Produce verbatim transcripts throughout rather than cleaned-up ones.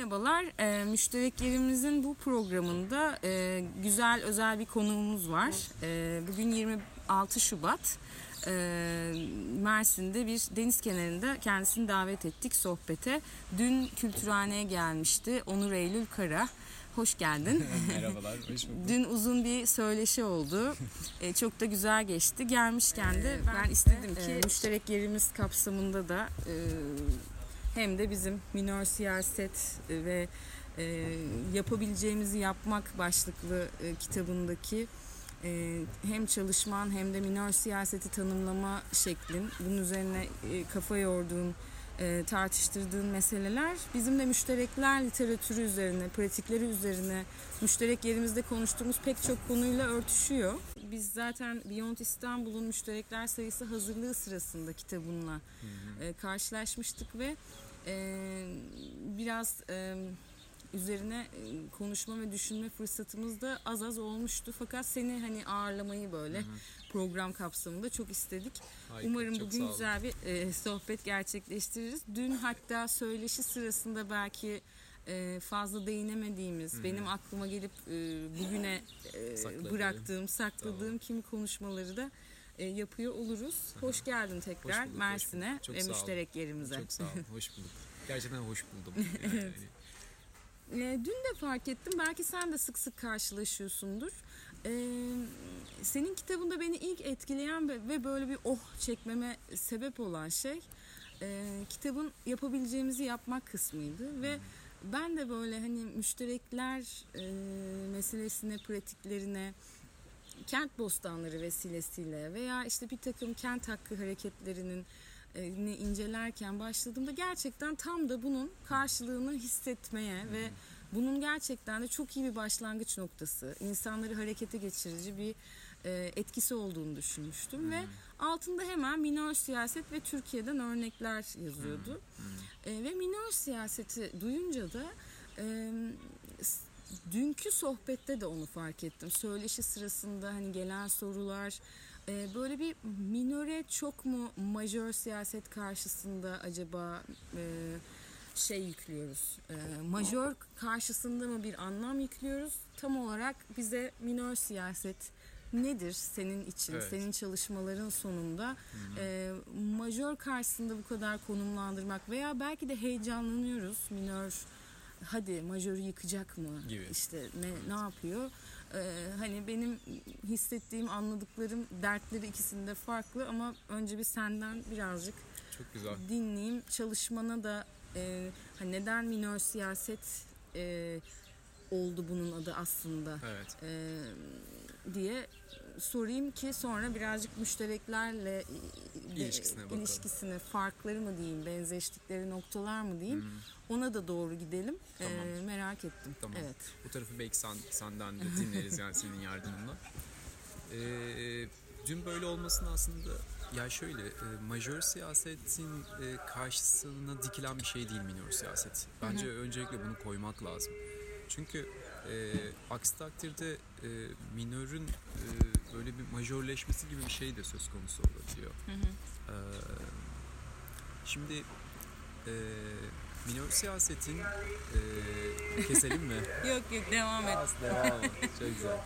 Merhabalar, e, müştereklerimizin bu programında e, güzel özel bir konuğumuz var. E, bugün yirmi altı Şubat, e, Mersin'de bir deniz kenarında kendisini davet ettik sohbete. Dün Kültürhane'ye gelmişti Onur Eylül Kara. Hoş geldin. Merhabalar, hoş bulduk. Dün uzun bir söyleşi oldu. E, çok da güzel geçti. Gelmişken de ben istedim ki e, müşterek yerimiz kapsamında da e, hem de bizim minör siyaset ve e, yapabileceğimizi yapmak başlıklı e, kitabındaki e, hem çalışman hem de minör siyaseti tanımlama şeklin, bunun üzerine e, kafa yorduğun, e, tartıştırdığın meseleler bizim de müşterekler literatürü üzerine, pratikleri üzerine, müşterek yerimizde konuştuğumuz pek çok konuyla örtüşüyor. Biz zaten Beyond İstanbul'un müşterekler sayısı hazırlığı sırasında kitabınla hı hı. E, karşılaşmıştık ve e, biraz e, üzerine konuşma ve düşünme fırsatımız da az az olmuştu. Fakat seni hani ağırlamayı böyle hı hı. program kapsamında çok istedik. Harika, umarım bugün güzel bir e, sohbet gerçekleştiririz. Dün hatta söyleşi sırasında belki e, fazla değinemediğimiz, hı hı. benim aklıma gelip e, bugüne e, bıraktığım, sakladığım tamam. kimi konuşmaları da e, yapıyor oluruz. Hı hı. Hoş geldin tekrar hoş bulduk, Mersin'e ve müşterek yerimize. Çok sağ ol, hoş bulduk. Gerçekten hoş buldum. Yani. Dün de fark ettim, belki sen de sık sık karşılaşıyorsundur. Ee, senin kitabında beni ilk etkileyen ve böyle bir oh çekmeme sebep olan şey e, kitabın yapabileceğimizi yapmak kısmıydı. Ve ben de böyle hani müşterekler e, meselesine, pratiklerine, kent bostanları vesilesiyle veya işte bir takım kent hakkı hareketlerinin ni incelerken başladığımda gerçekten tam da bunun karşılığını hissetmeye hmm. ve bunun gerçekten de çok iyi bir başlangıç noktası, insanları harekete geçirici bir e, etkisi olduğunu düşünmüştüm hmm. ve altında hemen minör siyaset ve Türkiye'den örnekler yazıyordu. Hmm. Hmm. E, ve minör siyaseti duyunca da e, dünkü sohbette de onu fark ettim. Söyleşi sırasında hani gelen sorular, böyle bir minöre çok mu majör siyaset karşısında acaba şey yüklüyoruz? Majör karşısında mı bir anlam yüklüyoruz? Tam olarak bize minör siyaset nedir senin için, evet. senin çalışmaların sonunda e, majör karşısında bu kadar konumlandırmak veya belki de heyecanlanıyoruz minör. Hadi majörü yıkacak mı? Gibi. İşte ne evet. ne yapıyor? Ee, hani benim hissettiğim, anladıklarım, dertleri ikisinde farklı ama önce bir senden birazcık çok güzel dinleyeyim. Çalışmana da e, hani neden minör siyaset e, oldu bunun adı aslında evet. e, diye sorayım ki sonra birazcık müştereklerle ilişkisine, ilişkisine farkları mı diyeyim, benzeştikleri noktalar mı diyeyim, hmm. ona da doğru gidelim. Tamam. Ee, merak ettim. Tamam. Evet. Bu tarafı belki sen, senden de dinleriz yani senin yardımınla. Ee, dün böyle olmasının aslında ya şöyle e, majör siyasetin e, karşısına dikilen bir şey değil minör siyaset. Bence hı hı. öncelikle bunu koymak lazım. Çünkü e, aksi takdirde e, minörün e, böyle bir majörleşmesi gibi bir şey de söz konusu olabiliyor. Hı hı. E, şimdi e, minör siyasetin e, keselim mi? Yok yok devam et. Devam et. Çok güzel.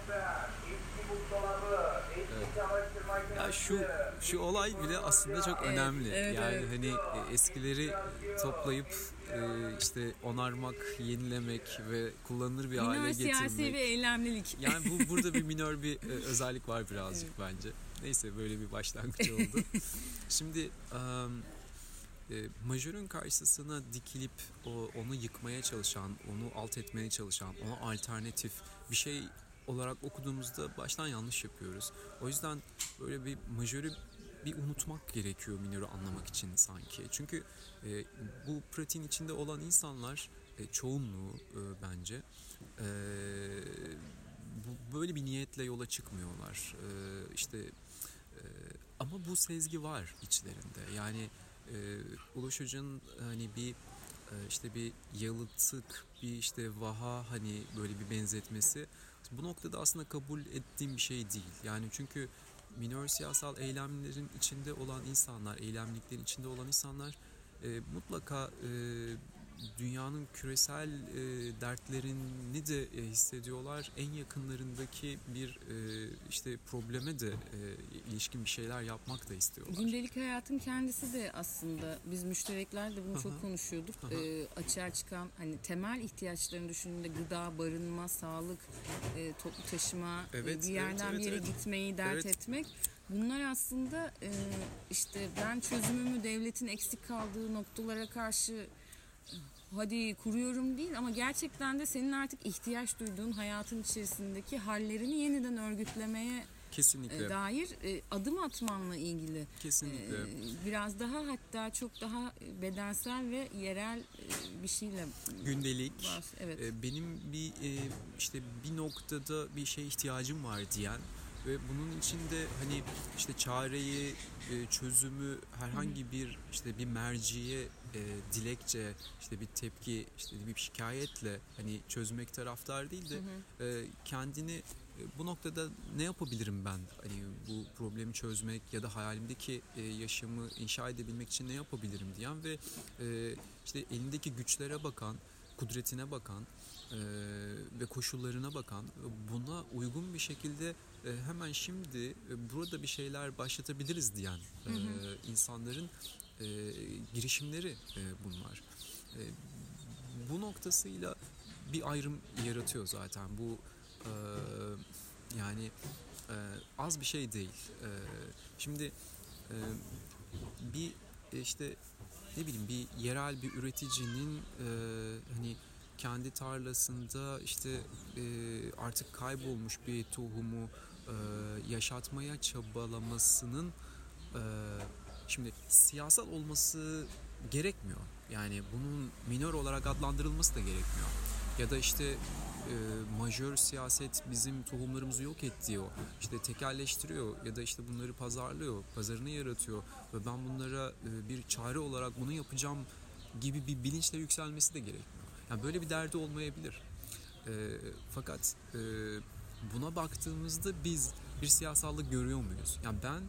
Evet. Ya şu şu olay bile aslında çok evet, önemli. Evet, yani evet. hani eskileri toplayıp işte onarmak, yenilemek ve kullanılır bir minör hale getirmek. Minör siyasi bir eylemlilik. Yani bu burada bir minör bir özellik var birazcık evet. bence. Neyse böyle bir başlangıç oldu. Şimdi um, e, majörün karşısına dikilip o, onu yıkmaya çalışan, onu alt etmeye çalışan, ona alternatif bir şey olarak okuduğumuzda baştan yanlış yapıyoruz. O yüzden böyle bir majörü bir unutmak gerekiyor minörü anlamak için sanki. Çünkü e, bu pratiğin içinde olan insanlar e, çoğunluğu e, bence e, bu, böyle bir niyetle yola çıkmıyorlar. E, işte e, ama bu sezgi var içlerinde. Yani e, Uluş Hoca'nın hani bir e, işte bir yalıtık, bir işte vaha hani böyle bir benzetmesi bu noktada aslında kabul ettiğim bir şey değil. Yani çünkü minör siyasal eylemlerin içinde olan insanlar, eylemliklerin içinde olan insanlar e, mutlaka e, dünyanın küresel e, dertlerini de e, hissediyorlar. En yakınlarındaki bir e, işte probleme de e, ilişkin bir şeyler yapmak da istiyorlar. Gündelik hayatın kendisi de aslında biz müşterekler de bunu Aha. çok konuşuyorduk. Aha. E, açığa çıkan hani temel ihtiyaçlarını düşündüğünde gıda, barınma, sağlık, e, toplu taşıma, Evet, e, bir yerden evet, evet, bir yere evet. gitmeyi dert Evet. etmek. Bunlar aslında e, işte ben çözümümü devletin eksik kaldığı noktalara karşı hadi kuruyorum değil ama gerçekten de senin artık ihtiyaç duyduğun hayatın içerisindeki hallerini yeniden örgütlemeye Kesinlikle. e, dair e, adım atmanla ilgili. Kesinlikle. E, biraz daha hatta çok daha bedensel ve yerel e, bir şeyle Gündelik. var. Evet. e, Benim bir e, işte bir noktada bir şeye ihtiyacım var diyen ve bunun içinde hani işte çareyi, e, çözümü herhangi bir işte bir merciye, e, dilekçe, işte bir tepki, işte bir şikayetle hani çözmek taraftar değil de e, kendini e, bu noktada ne yapabilirim ben? Hani bu problemi çözmek ya da hayalimdeki e, yaşamı inşa edebilmek için ne yapabilirim diyen ve e, işte elindeki güçlere bakan, kudretine bakan e, ve koşullarına bakan, buna uygun bir şekilde e, hemen şimdi e, burada bir şeyler başlatabiliriz diyen e, Hı hı. insanların e, girişimleri e, bunlar. E, bu noktasıyla bir ayrım yaratıyor zaten. Bu e, yani e, az bir şey değil. E, şimdi e, bir işte ne bileyim bir yerel bir üreticinin e, hani kendi tarlasında işte e, artık kaybolmuş bir tohumu e, yaşatmaya çabalamasının e, şimdi siyasal olması gerekmiyor. Yani bunun minör olarak adlandırılması da gerekmiyor. Ya da işte e, majör siyaset bizim tohumlarımızı yok et diyor. İşte tekelleştiriyor ya da işte bunları pazarlıyor, pazarını yaratıyor ve ben bunlara e, bir çare olarak bunu yapacağım gibi bir bilinçle yükselmesi de gerekmiyor. Yani böyle bir derdi olmayabilir. E, fakat e, buna baktığımızda biz bir siyasallık görüyor muyuz? Yani ben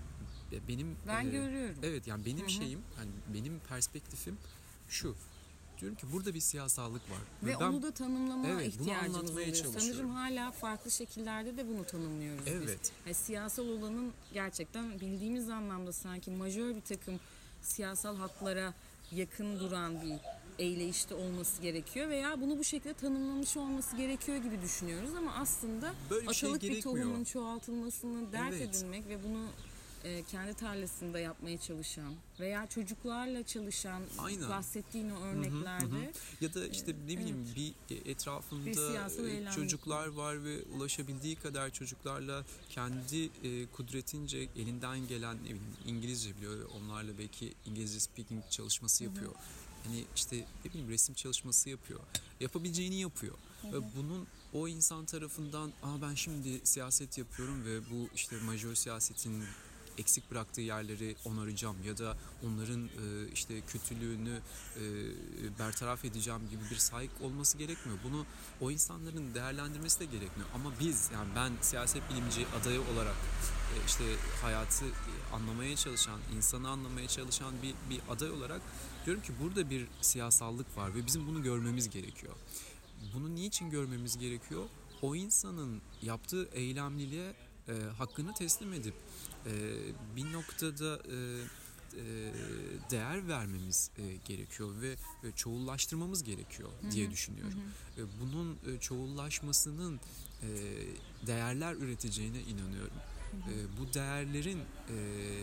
benim Ben e, görüyorum. evet yani benim Hı hı. şeyim, hani benim perspektifim şu. Diyorum ki burada bir siyasallık var. Ve ben, onu da tanımlama evet, bunu ihtiyacımız anlatmaya oluyor. çalışıyorum. Sanırım hala farklı şekillerde de bunu tanımlıyoruz biz. Evet. Yani siyasal olanın gerçekten bildiğimiz anlamda sanki majör bir takım siyasal hatlara yakın duran bir eyleyişte olması gerekiyor veya bunu bu şekilde tanımlamış olması gerekiyor gibi düşünüyoruz ama aslında Böyle bir şey atalık bir gerekmiyor. tohumun çoğaltılmasını dert Evet. edinmek ve bunu e, kendi tarlasında yapmaya çalışan veya çocuklarla çalışan Aynen. bahsettiğin o Hı hı, örneklerde hı hı. Ya da işte ne bileyim evet. bir etrafında Bir siyasal e, eylem çocuklar var ve ulaşabildiği kadar çocuklarla kendi e, kudretince elinden gelen ne bileyim İngilizce biliyor ve onlarla belki İngilizce speaking çalışması yapıyor. Hani işte ne bileyim resim çalışması yapıyor. Yapabileceğini yapıyor. Hı hı. Ve bunun o insan tarafından Aa, ben şimdi siyaset yapıyorum ve bu işte majör siyasetin eksik bıraktığı yerleri onaracağım ya da onların e, işte kötülüğünü e, bertaraf edeceğim gibi bir sahip olması gerekmiyor. Bunu o insanların değerlendirmesi de gerekmiyor. Ama biz yani ben siyaset bilimci adayı olarak e, işte hayatı e, anlamaya çalışan, insanı anlamaya çalışan bir, bir aday olarak diyorum ki burada bir siyasallık var ve bizim bunu görmemiz gerekiyor. Bunu niçin görmemiz gerekiyor? O insanın yaptığı eylemliliğe e, hakkını teslim edip e, bir noktada e, e, değer vermemiz e, gerekiyor ve e, çoğullaştırmamız gerekiyor diye düşünüyorum. Hı hı. E, bunun e, çoğullaşmasının e, değerler üreteceğine inanıyorum. Hı hı. E, bu değerlerin e,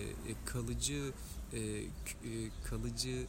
kalıcı e, kalıcı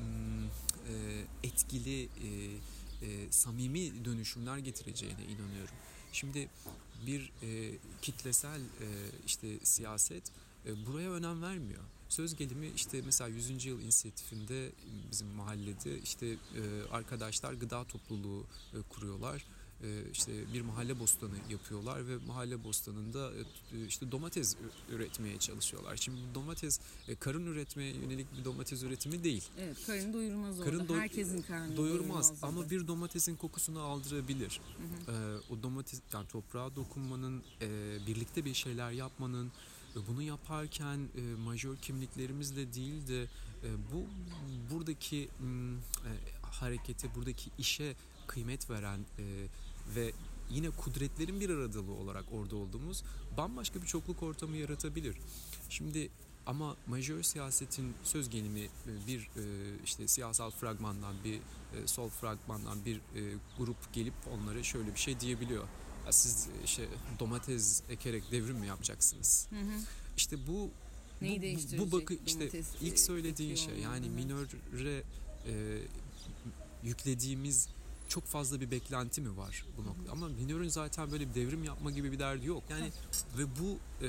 e, etkili e, e, samimi dönüşümler getireceğine inanıyorum. Şimdi bir e, kitlesel e, işte siyaset e, buraya önem vermiyor. Söz gelimi işte mesela yüzüncü yıl inisiyatifinde bizim mahallede işte e, arkadaşlar gıda topluluğu e, kuruyorlar. E, işte bir mahalle bostanı yapıyorlar ve mahalle bostanında e, işte domates üretmeye çalışıyorlar. Şimdi bu domates e, karın üretmeye yönelik bir domates üretimi değil. Evet, karın doyurmaz Karın orada. do- Herkesin karnını doyurmaz doyurmaz ama orada. bir domatesin kokusunu aldırabilir. Hı hı. Ee, o domates yani toprağa dokunmanın, e, birlikte bir şeyler yapmanın, e, bunu yaparken e, majör kimliklerimizle değil de e, bu buradaki m, e, harekete, buradaki işe kıymet veren e, ve yine kudretlerin bir aradalığı olarak orada olduğumuz bambaşka bir çokluk ortamı yaratabilir. Şimdi ama majör siyasetin söz gelimi e, bir e, işte siyasal fragmandan, bir e, sol fragmandan bir e, grup gelip onlara şöyle bir şey diyebiliyor. Ya siz işte domates ekerek devrim mi yapacaksınız? Hı hı. İşte bu Neyi bu, değiştirecek bu bakı işte domates, ilk e, söylediğin ekiyor şey, yani olmalı? minöre e, yüklediğimiz çok fazla bir beklenti mi var bu noktada? Ama minörün zaten böyle bir devrim yapma gibi bir derdi yok. Yani ve bu e,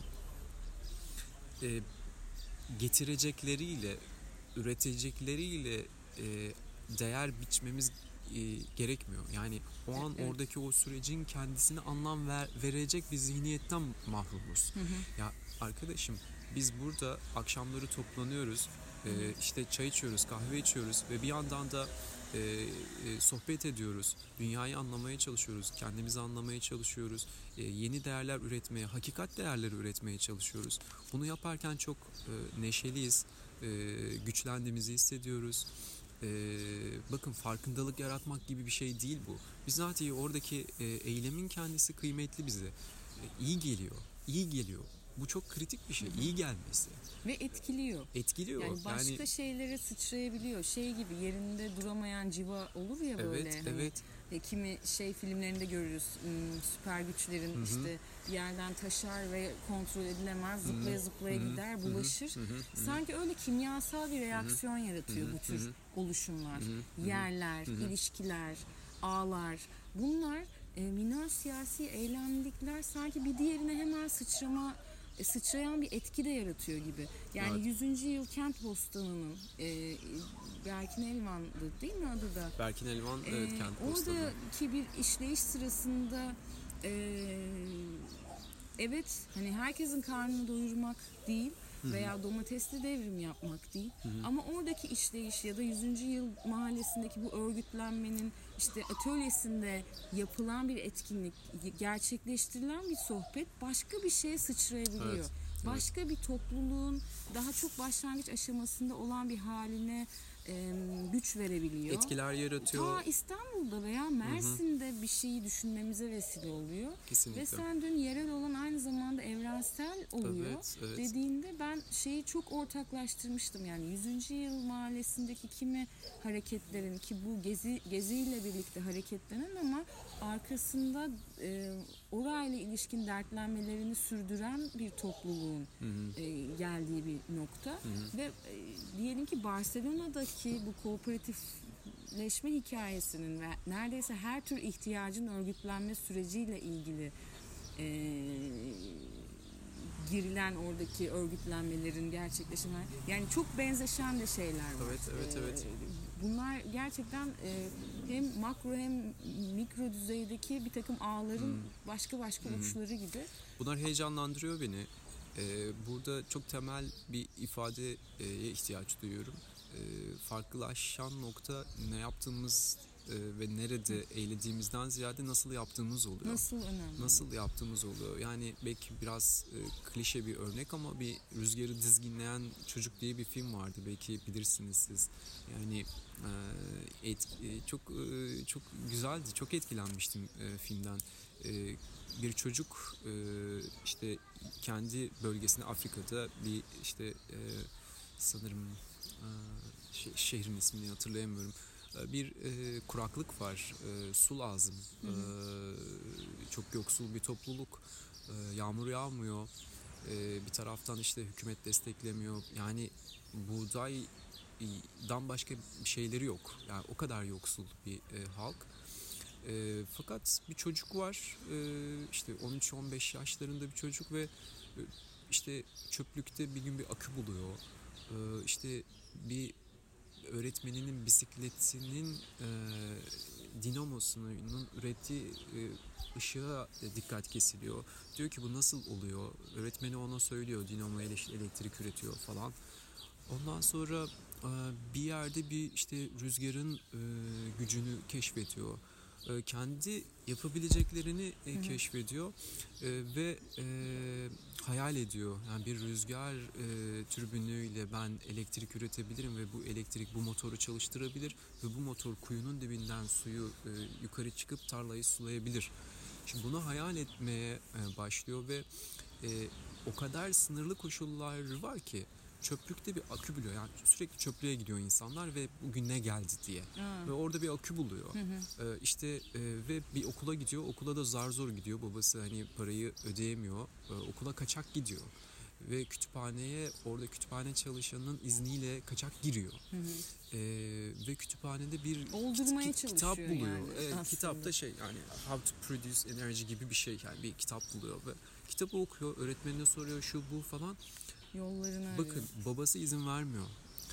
e, getirecekleriyle, üretecekleriyle e, değer biçmemiz e, gerekmiyor. Yani o an Evet. oradaki o sürecin kendisine anlam ver, verecek bir zihniyetten mahrumuz. Hı hı. Ya arkadaşım, biz burada akşamları toplanıyoruz, e, işte çay içiyoruz, kahve içiyoruz ve bir yandan da e, e, sohbet ediyoruz, dünyayı anlamaya çalışıyoruz, kendimizi anlamaya çalışıyoruz, e, yeni değerler üretmeye, hakikat değerleri üretmeye çalışıyoruz. Bunu yaparken çok e, neşeliyiz, e, güçlendiğimizi hissediyoruz. E, bakın, farkındalık yaratmak gibi bir şey değil bu. Bizatihi oradaki e, eylemin kendisi kıymetli bize. E, iyi geliyor, iyi geliyor. Bu çok kritik bir şey, iyi gelmesi. Ve etkiliyor. Etkiliyor. Yani başka Yani, şeylere sıçrayabiliyor. Şey gibi, yerinde duramayan civa olur ya böyle. evet, hani, evet. e, kimi şey filmlerinde görürüz. Hmm, süper güçlerin Hı hı. işte bir yerden taşar ve kontrol edilemez. Zıplaya zıplaya Hı hı. gider, Hı hı. bulaşır. Hı hı. Hı hı. Sanki öyle kimyasal bir reaksiyon yaratıyor Hı hı. bu tür Hı hı. oluşumlar. Hı hı. Hı hı. Yerler, Hı hı. ilişkiler, ağlar. Bunlar e, minör siyasi eylemlikler sanki bir diğerine hemen sıçrama e, sıçrayan bir etki de yaratıyor gibi. Yani Evet. yüzüncü yıl Kent Bostanı'nın e, Berkin Elvan'dı değil mi adı da? Berkin Elvan, E, evet, Kent Bostanı. Oradaki bir işleyiş sırasında e, evet, hani herkesin karnını doyurmak değil veya domatesli devrim yapmak değil. Ama oradaki işleyiş ya da yüzüncü yıl mahallesindeki bu örgütlenmenin işte atölyesinde yapılan bir etkinlik, gerçekleştirilen bir sohbet başka bir şeye sıçrayabiliyor. Evet, Başka bir topluluğun daha çok başlangıç aşamasında olan bir haline e, güç verebiliyor. Etkiler yaratıyor. Ta İstanbul'da veya Mersin'de bir şeyi düşünmemize vesile oluyor. Kesinlikle. Ve sen dün yerel olan aynı zamanda evrensel oluyor Evet, evet. dediğinde ben şeyi çok ortaklaştırmıştım. Yani yüzüncü yıl mahallesindeki kimi hareketlerin, ki bu gezi geziyle birlikte hareketlenen ama arkasında e, orayla ilişkin dertlenmelerini sürdüren bir topluluğun Hı hı. e, geldiği bir nokta. hı. Ve e, diyelim ki Barcelona'daki bu kooperatifleşme hikayesinin ve neredeyse her tür ihtiyacın örgütlenme süreciyle ilgili e, girilen oradaki örgütlenmelerin gerçekleşme, yani çok benzeşen de şeyler var. Evet, evet, evet. E, bunlar gerçekten e, hem makro hem mikro düzeydeki bir takım ağların başka başka uçları gibi. Bunlar heyecanlandırıyor beni. Ee, burada çok temel bir ifadeye ihtiyaç duyuyorum. Ee, farklılaşan nokta ne yaptığımız e, ve nerede eylediğimizden ziyade nasıl yaptığımız oluyor. Nasıl önemli? Nasıl yaptığımız oluyor. Yani belki biraz e, klişe bir örnek ama bir Rüzgarı Dizginleyen Çocuk diye bir film vardı. Belki bilirsiniz siz. Yani e, et, e, çok e, çok güzeldi. Çok etkilenmiştim e, filmden. E, bir çocuk e, işte kendi bölgesinde, Afrika'da bir işte e, sanırım e, şe- şehrin ismini hatırlayamıyorum. E, Bir e, kuraklık var, e, su lazım. Hı hı. E, çok yoksul bir topluluk. E, yağmur yağmıyor. E, bir taraftan işte hükümet desteklemiyor. Yani buğdaydan başka bir şeyleri yok. Yani o kadar yoksul bir e, halk. E, fakat bir çocuk var, e, işte on üç on beş yaşlarında bir çocuk ve e, işte çöplükte bir gün bir akü buluyor. E, işte bir öğretmeninin bisikletinin e, dinamosunun ürettiği e, ışığa dikkat kesiliyor. Diyor ki bu nasıl oluyor? Öğretmeni ona söylüyor, dinamo elektrik üretiyor falan. Ondan sonra e, bir yerde bir işte rüzgarın e, gücünü keşfediyor. e, kendi yapabileceklerini e, Hı hı. keşfediyor e, ve e, hayal ediyor. Yani bir rüzgar e, türbünüyle ben elektrik üretebilirim ve bu elektrik bu motoru çalıştırabilir ve bu motor kuyunun dibinden suyu e, yukarı çıkıp tarlayı sulayabilir. Şimdi bunu hayal etmeye e, başlıyor ve e, o kadar sınırlı koşullar var ki çöplükte bir akü buluyor. Yani sürekli çöplüğe gidiyor insanlar ve bugün ne geldi diye. Aa. Ve orada bir akü buluyor. Hı hı. Ee, işte e, ve bir okula gidiyor. Okula da zar zor gidiyor. Babası hani parayı ödeyemiyor. Ee, okula kaçak gidiyor. Ve kütüphaneye orada kütüphane çalışanının izniyle kaçak giriyor. Hı hı. Ee, ve kütüphanede bir Oldurmaya kit- kitap çalışıyor buluyor. yani Evet, aslında. kitapta şey yani How to Produce Energy gibi bir şey, yani bir kitap buluyor ve kitabı okuyor, öğretmenine soruyor şu bu falan. Yollarını arıyor. Bakın babası izin vermiyor.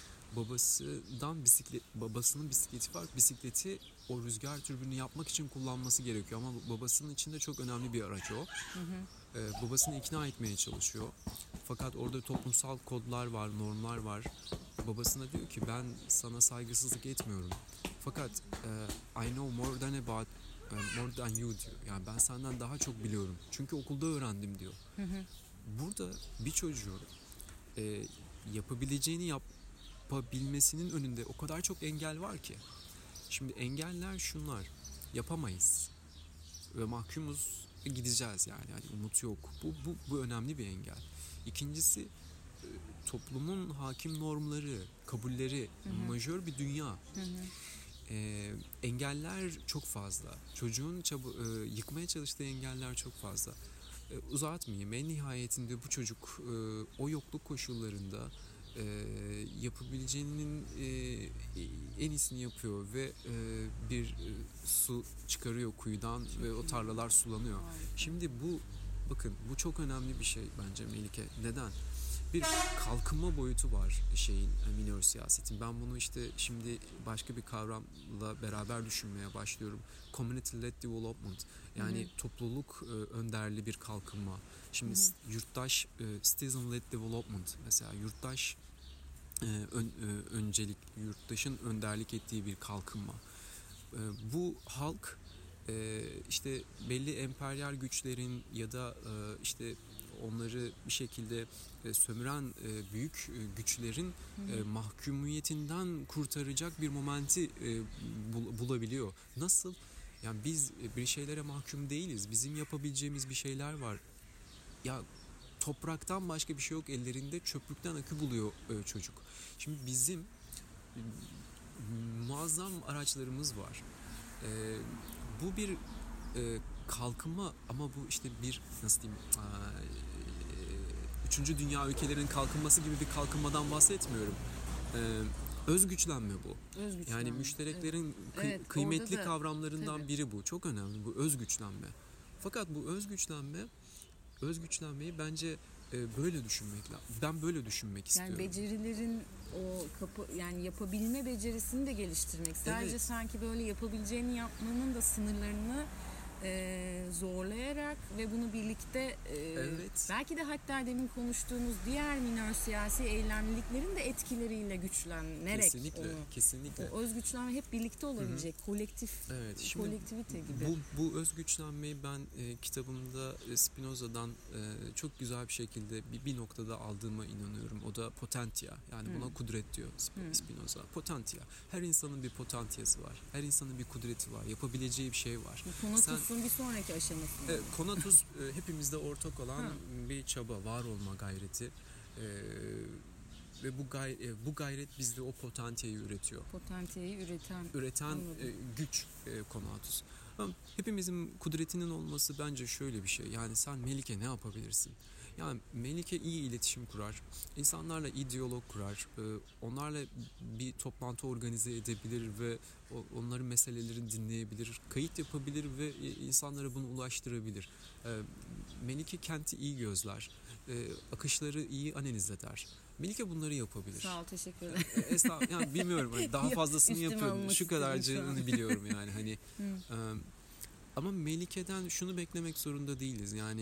Babasından bisiklet, babasının bisikleti var. Bisikleti o rüzgar türbünü yapmak için kullanması gerekiyor ama babasının içinde çok önemli bir araç o. Hı hı. Ee, babasını ikna etmeye çalışıyor. Fakat orada toplumsal kodlar var, normlar var. Babasına diyor ki ben sana saygısızlık etmiyorum. Fakat e, I know more than about e, more than you diyor. Yani ben senden daha çok biliyorum. Çünkü okulda öğrendim diyor. Hı hı. Burada bir çocuğun e, yapabileceğini yapabilmesinin önünde o kadar çok engel var ki. Şimdi engeller şunlar. Yapamayız. Ve mahkumuz ve gideceğiz yani. Yani umut yok. Bu, bu, bu önemli bir engel. İkincisi e, toplumun hakim normları, kabulleri, Hı hı. majör bir dünya. Hı hı. E, engeller çok fazla. Çocuğun çabu, e, yıkmaya çalıştığı engeller çok fazla. E, uzatmayayım. En nihayetinde bu çocuk e, o yokluk koşullarında e, yapabileceğinin e, en iyisini yapıyor ve e, bir e, su çıkarıyor kuyudan Çok ve o iyi. tarlalar sulanıyor. Harika. Şimdi bu bakın bu çok önemli bir şey bence Melike. Neden? Bir kalkınma boyutu var şeyin minör siyasetin. Ben bunu işte şimdi başka bir kavramla beraber düşünmeye başlıyorum. Community led development. Yani Hı hı. topluluk e, önderli bir kalkınma. Şimdi Hı hı. s- yurttaş e, citizen led development, mesela yurttaş e, ön, e, öncelik yurttaşın önderlik ettiği bir kalkınma. E, bu halk e, işte belli emperyal güçlerin ya da e, işte onları bir şekilde e, sömüren e, büyük e, güçlerin Hı e, hı. mahkumiyetinden kurtaracak bir momenti e, bul- bulabiliyor. Nasıl? Yani biz e, bir şeylere mahkum değiliz. Bizim yapabileceğimiz bir şeyler var. Ya topraktan başka bir şey yok ellerinde, çöplükten akü buluyor e, çocuk. Şimdi bizim e, muazzam araçlarımız var. E, bu bir e, kalkınma ama bu işte bir nasıl diyeyim e, üçüncü dünya ülkelerinin kalkınması gibi bir kalkınmadan bahsetmiyorum. E, özgüçlenme bu. Özgüçlenme. Yani müştereklerin kıy- Evet, orada kıymetli da, kavramlarından tabii. biri bu. Çok önemli bu özgüçlenme. Fakat bu özgüçlenme özgüçlenmeyi bence e, böyle düşünmek lazım. Ben böyle düşünmek istiyorum. Yani becerilerin o kapı, yani yapabilme becerisini de geliştirmek. Sadece Evet. sanki böyle yapabileceğini yapmanın da sınırlarını e, zorlayarak ve bunu birlikte e, Evet. belki de hatta demin konuştuğumuz diğer minör siyasi eylemliliklerin de etkileriyle güçlenerek Kesinlikle, onu, kesinlikle. o özgüçlenme hep birlikte olabilecek, kolektif, Evet, şimdi kolektivite gibi. Bu, bu özgüçlenmeyi ben e, kitabımda e, Spinoza'dan e, çok güzel bir şekilde bir, bir noktada aldığıma inanıyorum. O da potentia. Yani Hmm. buna kudret diyor Sp- Hmm. Spinoza. Potentia. Her insanın bir potentiyası var. Her insanın bir kudreti var. Yapabileceği bir şey var. Bu Konatus'un bir sonraki aşaması. Evet, Konatus e, hepimizde ortak olan Ha. bir çaba, var olma gayreti. E, ve bu gay e, bu gayret bizde o potansiyeli üretiyor. Potansiyeli üreten. Üreten Anladım. e, güç e, Konatus. Ama hepimizin kudretinin olması bence şöyle bir şey. Yani sen Melike ne yapabilirsin? Yani Melike iyi iletişim kurar. İnsanlarla iyi diyalog kurar. E, onlarla bir toplantı organize edebilir ve o, onların meselelerini dinleyebilir. Kayıt yapabilir ve e, insanlara bunu ulaştırabilir. E, Melike kenti iyi gözler. E, akışları iyi analiz eder. Melike bunları yapabilir. Sağ ol, teşekkür ederim. Estağfurullah, yani bilmiyorum hani daha Yok, fazlasını üstüme yapıyorum. almak Şu istedim şu kadarcığını an. biliyorum yani hani. Hı. e, ama Melike'den şunu beklemek zorunda değiliz. Yani e,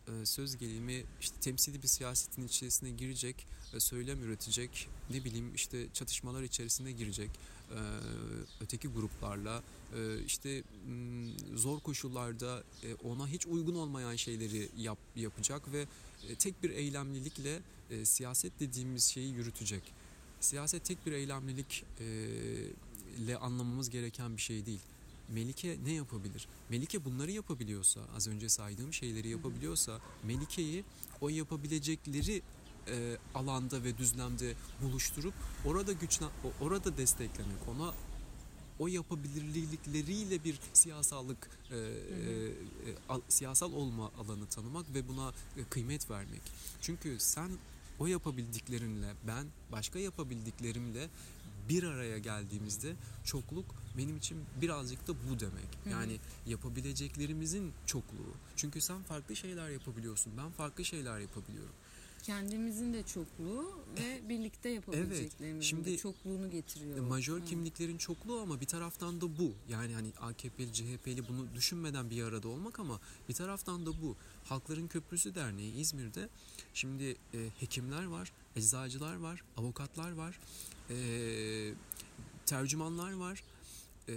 e, söz gelimi işte temsili bir siyasetin içerisine girecek, e, söylem üretecek, ne bileyim işte çatışmalar içerisine girecek, e, öteki gruplarla e, işte m, zor koşullarda e, ona hiç uygun olmayan şeyleri yap, yapacak ve e, tek bir eylemlilikle e, siyaset dediğimiz şeyi yürütecek. Siyaset tek bir eylemlilik e, ile anlamamız gereken bir şey değil. Melike ne yapabilir? Melike bunları yapabiliyorsa, az önce saydığım şeyleri yapabiliyorsa, Melike'yi o yapabilecekleri e, alanda ve düzlemde buluşturup orada güçlen, orada desteklemek, ona o yapabilirlikleriyle bir siyasallık, e, e, e, siyasal olma alanı tanımak ve buna e, kıymet vermek. Çünkü sen o yapabildiklerinle, ben başka yapabildiklerimle bir araya geldiğimizde çokluk benim için birazcık da bu demek. Yani yapabileceklerimizin çokluğu. Çünkü sen farklı şeyler yapabiliyorsun, ben farklı şeyler yapabiliyorum. Kendimizin de çokluğu ve birlikte yapabileceklerimizin evet, şimdi, de çokluğunu getiriyor. Majör kimliklerin çokluğu ama bir taraftan da bu. Yani hani A K P'li, C H P'li bunu düşünmeden bir arada olmak ama bir taraftan da bu. Halkların Köprüsü Derneği İzmir'de şimdi e, hekimler var, eczacılar var, avukatlar var, e, tercümanlar var. E,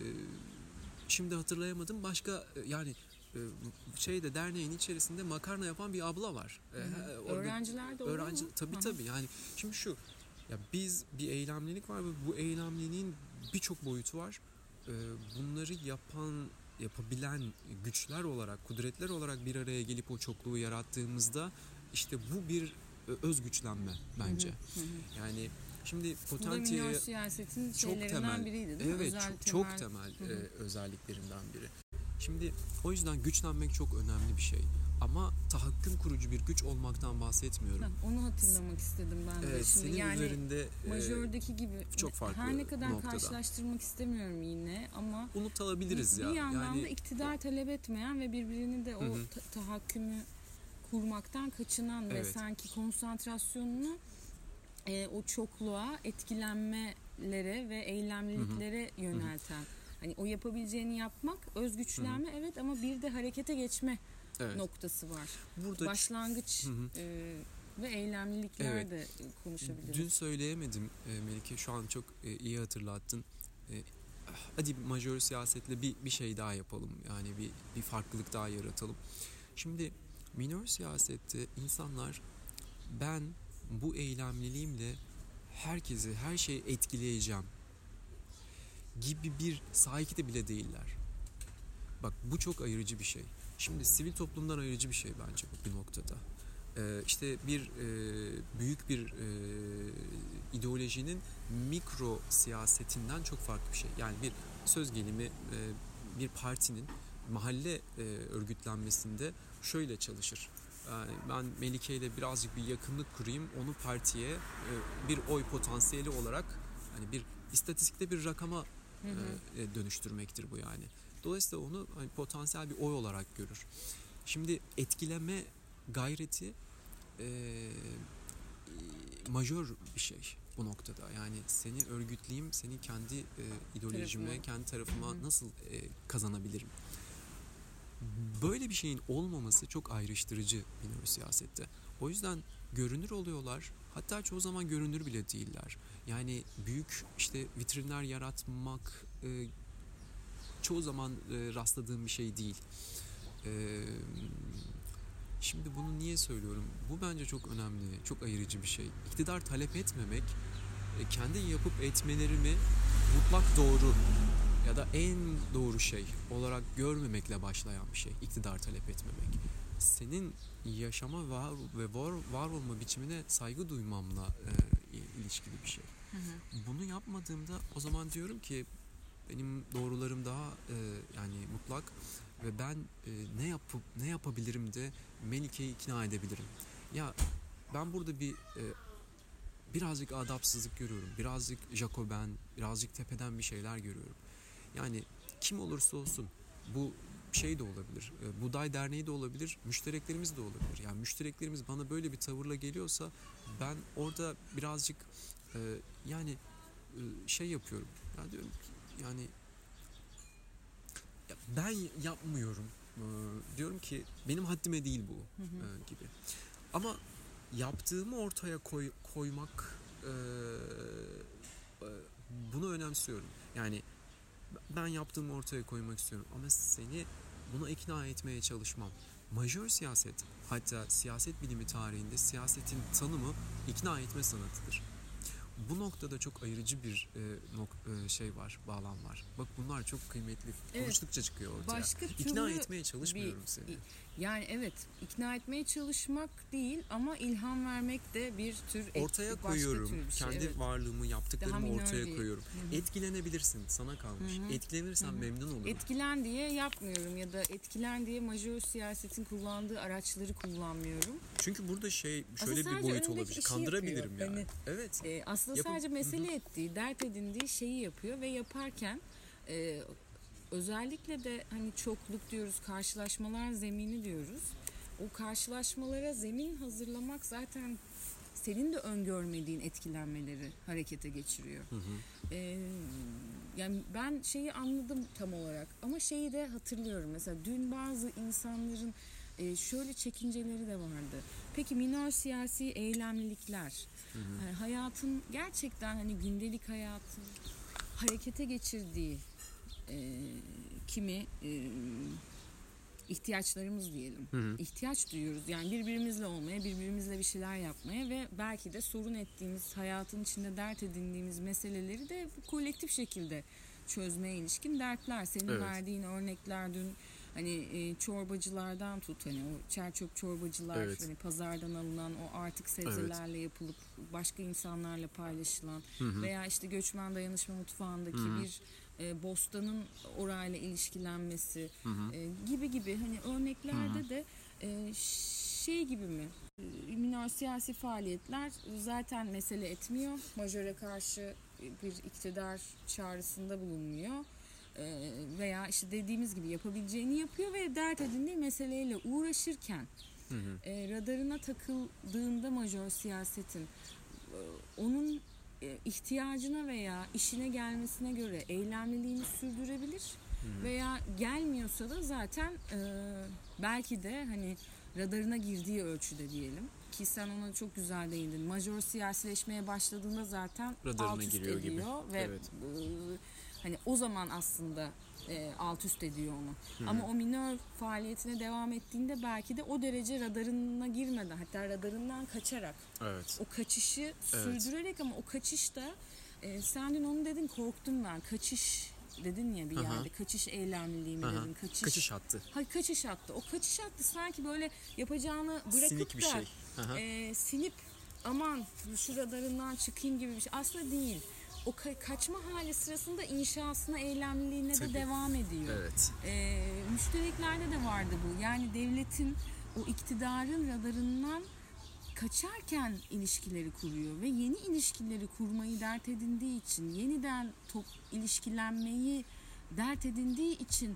şimdi hatırlayamadım başka yani şeyde derneğin içerisinde makarna yapan bir abla var. Hı hı. Orada, öğrenciler de oluyor öğrenci, mu? tabii Hı hı. tabii yani şimdi şu ya biz bir eylemlilik var ve bu eylemliliğin birçok boyutu var. Bunları yapan yapabilen güçler olarak, kudretler olarak bir araya gelip o çokluğu yarattığımızda işte bu bir özgüçlenme bence. Hı hı. Yani şimdi Potentiye minor siyasetin çok temel, biriydi değil mi? Evet, Özel çok, temel, çok temel hı hı. e, özelliklerinden biri. Şimdi o yüzden güçlenmek çok önemli bir şey. Ama tahakküm kurucu bir güç olmaktan bahsetmiyorum. Ha, onu hatırlamak istedim ben de. Evet, şimdi senin yani üzerinde majördeki gibi çok farklı her ne kadar noktada. Karşılaştırmak istemiyorum yine ama unutabiliriz bir, ya. Bir yandan yani... da iktidar talep etmeyen ve birbirini de o Hı hı. ta- tahakkümü kurmaktan kaçınan evet. ve sanki konsantrasyonunu e, o çokluğa, etkilenmelere ve eylemliliklere hı hı. yönelten. Hani o yapabileceğini yapmak, özgüçlenme, hı hı. evet, ama bir de harekete geçme evet. noktası var. Burada başlangıç hı hı. E, ve eylemlilikler evet. de konuşabiliriz. Dün söyleyemedim e, Melike, şu an çok e, iyi hatırlattın. E, hadi majör siyasetle bir bir şey daha yapalım. Yani bir bir farklılık daha yaratalım. Şimdi minor siyasette insanlar ben bu eylemliliğimle herkesi, her şeyi etkileyeceğim gibi bir sahikte bile değiller. Bak bu çok ayırıcı bir şey. Şimdi sivil toplumdan ayırıcı bir şey bence bu bir noktada. Ee, işte bir e, büyük bir e, ideolojinin mikro siyasetinden çok farklı bir şey. Yani bir söz gelimi e, bir partinin mahalle e, örgütlenmesinde şöyle çalışır. Yani ben Melike ile birazcık bir yakınlık kurayım, onu partiye e, bir oy potansiyeli olarak hani bir istatistikte bir rakama hı hı. E, dönüştürmektir bu yani. Dolayısıyla onu hani potansiyel bir oy olarak görür. Şimdi etkileme gayreti e, majör bir şey bu noktada. Yani seni örgütleyeyim, seni kendi e, ideolojime, tarafıma. kendi tarafıma hı hı. nasıl e, kazanabilirim? Böyle bir şeyin olmaması çok ayrıştırıcı minor siyasette. O yüzden görünür oluyorlar. Hatta çoğu zaman görünür bile değiller. Yani büyük işte vitrinler yaratmak e, çoğu zaman e, rastladığım bir şey değil. E, şimdi bunu niye söylüyorum? Bu bence çok önemli, çok ayırıcı bir şey. İktidar talep etmemek, e, kendi yapıp etmelerimi mutlak doğru ya da en doğru şey olarak görmemekle başlayan bir şey. İktidar talep etmemek. Senin yaşama var ve var, var olma biçimine saygı duymamla e, ilişkili bir şey. Hı hı. Bunu yapmadığımda o zaman diyorum ki benim doğrularım daha e, yani mutlak ve ben e, ne yapıp ne yapabilirim de Melike'yi ikna edebilirim. Ya ben burada bir e, birazcık adapsızlık görüyorum. Birazcık Jacoben, birazcık tepeden bir şeyler görüyorum. Yani kim olursa olsun bu şey de olabilir, e, Buğday Derneği de olabilir, müştereklerimiz de olabilir. Yani müştereklerimiz bana böyle bir tavırla geliyorsa ben orada birazcık e, yani e, şey yapıyorum. Yani diyorum ki yani ya ben yapmıyorum. Ee, diyorum ki benim haddime değil bu Hı hı. e, gibi. Ama yaptığımı ortaya koy, koymak e, e, bunu önemsiyorum. Yani ben yaptığımı ortaya koymak istiyorum ama seni buna ikna etmeye çalışmam. Majör siyaset, hatta siyaset bilimi tarihinde siyasetin tanımı ikna etme sanatıdır. Bu noktada çok ayırıcı bir e, nok- e, şey var, bağlam var. Bak bunlar çok kıymetli. Evet. Konuştukça çıkıyor ortaya. Başka İkna türlü etmeye çalışmıyorum bir- seni. Yani evet, ikna etmeye çalışmak değil ama ilham vermek de bir tür et- Ortaya başka koyuyorum. tür bir şey. Kendi Evet. varlığımı, Daha yaptıklarımı minör ortaya bir- koyuyorum. Hı hı. Etkilenebilirsin, sana kalmış. Hı hı. Etkilenirsen Hı hı. memnun olurum. Etkilen diye yapmıyorum ya da etkilen diye majör siyasetin kullandığı araçları kullanmıyorum. Çünkü burada şey şöyle Aslında bir sadece boyut önündeki olabilir. işi Kandırabilirim yapıyor. yani. Hani- Evet. Ee, aslında Yapın- sadece Hı hı. mesele ettiği, dert edindiği şeyi yapıyor ve yaparken e, özellikle de hani çokluk diyoruz, karşılaşmalar zemini diyoruz. O karşılaşmalara zemin hazırlamak zaten senin de öngörmediğin etkilenmeleri harekete geçiriyor. Hı hı. Ee, yani ben şeyi anladım tam olarak ama şeyi de hatırlıyorum. Mesela dün bazı insanların e, şöyle çekinceleri de vardı. Peki minor siyasi eylemlilikler, Hı hı. yani hayatın gerçekten hani gündelik hayatın harekete geçirdiği e, kimi e, ihtiyaçlarımız diyelim. Hı hı. İhtiyaç duyuyoruz. Yani birbirimizle olmaya, birbirimizle bir şeyler yapmaya ve belki de sorun ettiğimiz, hayatın içinde dert edindiğimiz meseleleri de kolektif şekilde çözmeye ilişkin dertler. Senin Evet. verdiğin örnekler dün hani e, çorbacılardan tut, hani o çerçöp çorbacılar, Evet. hani pazardan alınan o artık sebzelerle yapılıp başka insanlarla paylaşılan Hı hı. veya işte göçmen dayanışma mutfağındaki Hı hı. bir e, bostanın orayla ilişkilenmesi Hı hı. e, gibi gibi hani örneklerde de e, şey gibi mi? E, minor siyasi faaliyetler zaten mesele etmiyor. Majöre karşı bir iktidar çağrısında bulunmuyor. E, veya işte dediğimiz gibi yapabileceğini yapıyor ve dert edindiği meseleyle uğraşırken Hı hı. e, radarına takıldığında majör siyasetin e, onun e, ihtiyacına veya işine gelmesine göre eylemliliğini sürdürebilir Hı. veya gelmiyorsa da zaten e, belki de hani radarına girdiği ölçüde diyelim ki sen ona çok güzel değindin. Majör siyasileşmeye başladığında zaten Radarına alt üst giriyor gibi. ediyor ve Evet. e, hani o zaman aslında e, alt üst ediyor onu. Hı. Ama o minör faaliyetine devam ettiğinde belki de o derece radarına girmeden, hatta radarından kaçarak, Evet. o kaçışı Evet. sürdürerek ama o kaçışta e, sen dün onu dedin, korktum ben. Kaçış dedin ya bir Aha. yerde. Kaçış eylemliliği mi Aha. dedin? Kaçış. Kaçış hattı. Hayır, kaçış hattı. O kaçış hattı sanki böyle yapacağını bırakıp Sinik bir da şey. Aha. e, sinip aman şu radarından çıkayım gibi bir şey. Aslında değil. O ka- kaçma hali sırasında inşasına, eylemliliğine de Tabii. devam ediyor. Evet. E, müştereklerde de vardı bu. Yani devletin o iktidarın radarından kaçarken ilişkileri kuruyor ve yeni ilişkileri kurmayı dert edindiği için, yeniden top ilişkilenmeyi dert edindiği için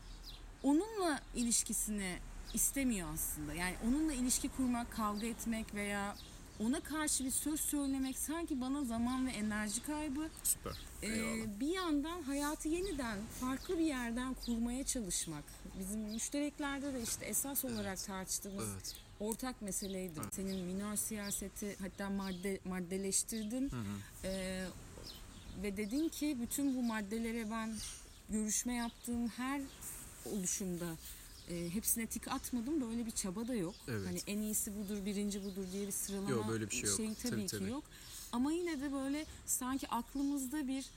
onunla ilişkisini istemiyor aslında. Yani onunla ilişki kurmak, kavga etmek veya ona karşı bir söz söylemek sanki bana zaman ve enerji kaybı. Süper. Ee, Eyvallah. bir yandan hayatı yeniden farklı bir yerden kurmaya çalışmak. Bizim müştereklerde de işte esas olarak tartıştığımız Evet. ortak meseleydi. Evet. Senin minor siyaseti hatta madde maddeleştirdin. Hı hı. Ee, ve dedin ki bütün bu maddelere ben görüşme yaptığım her oluşumda e, hepsine tik atmadım. Böyle bir çaba da yok. Evet. Hani en iyisi budur, birinci budur diye bir sıralama Yok, böyle bir şey yok. şeyi tabii, Tabii, ki tabii. yok. Ama yine de böyle sanki aklımızda bir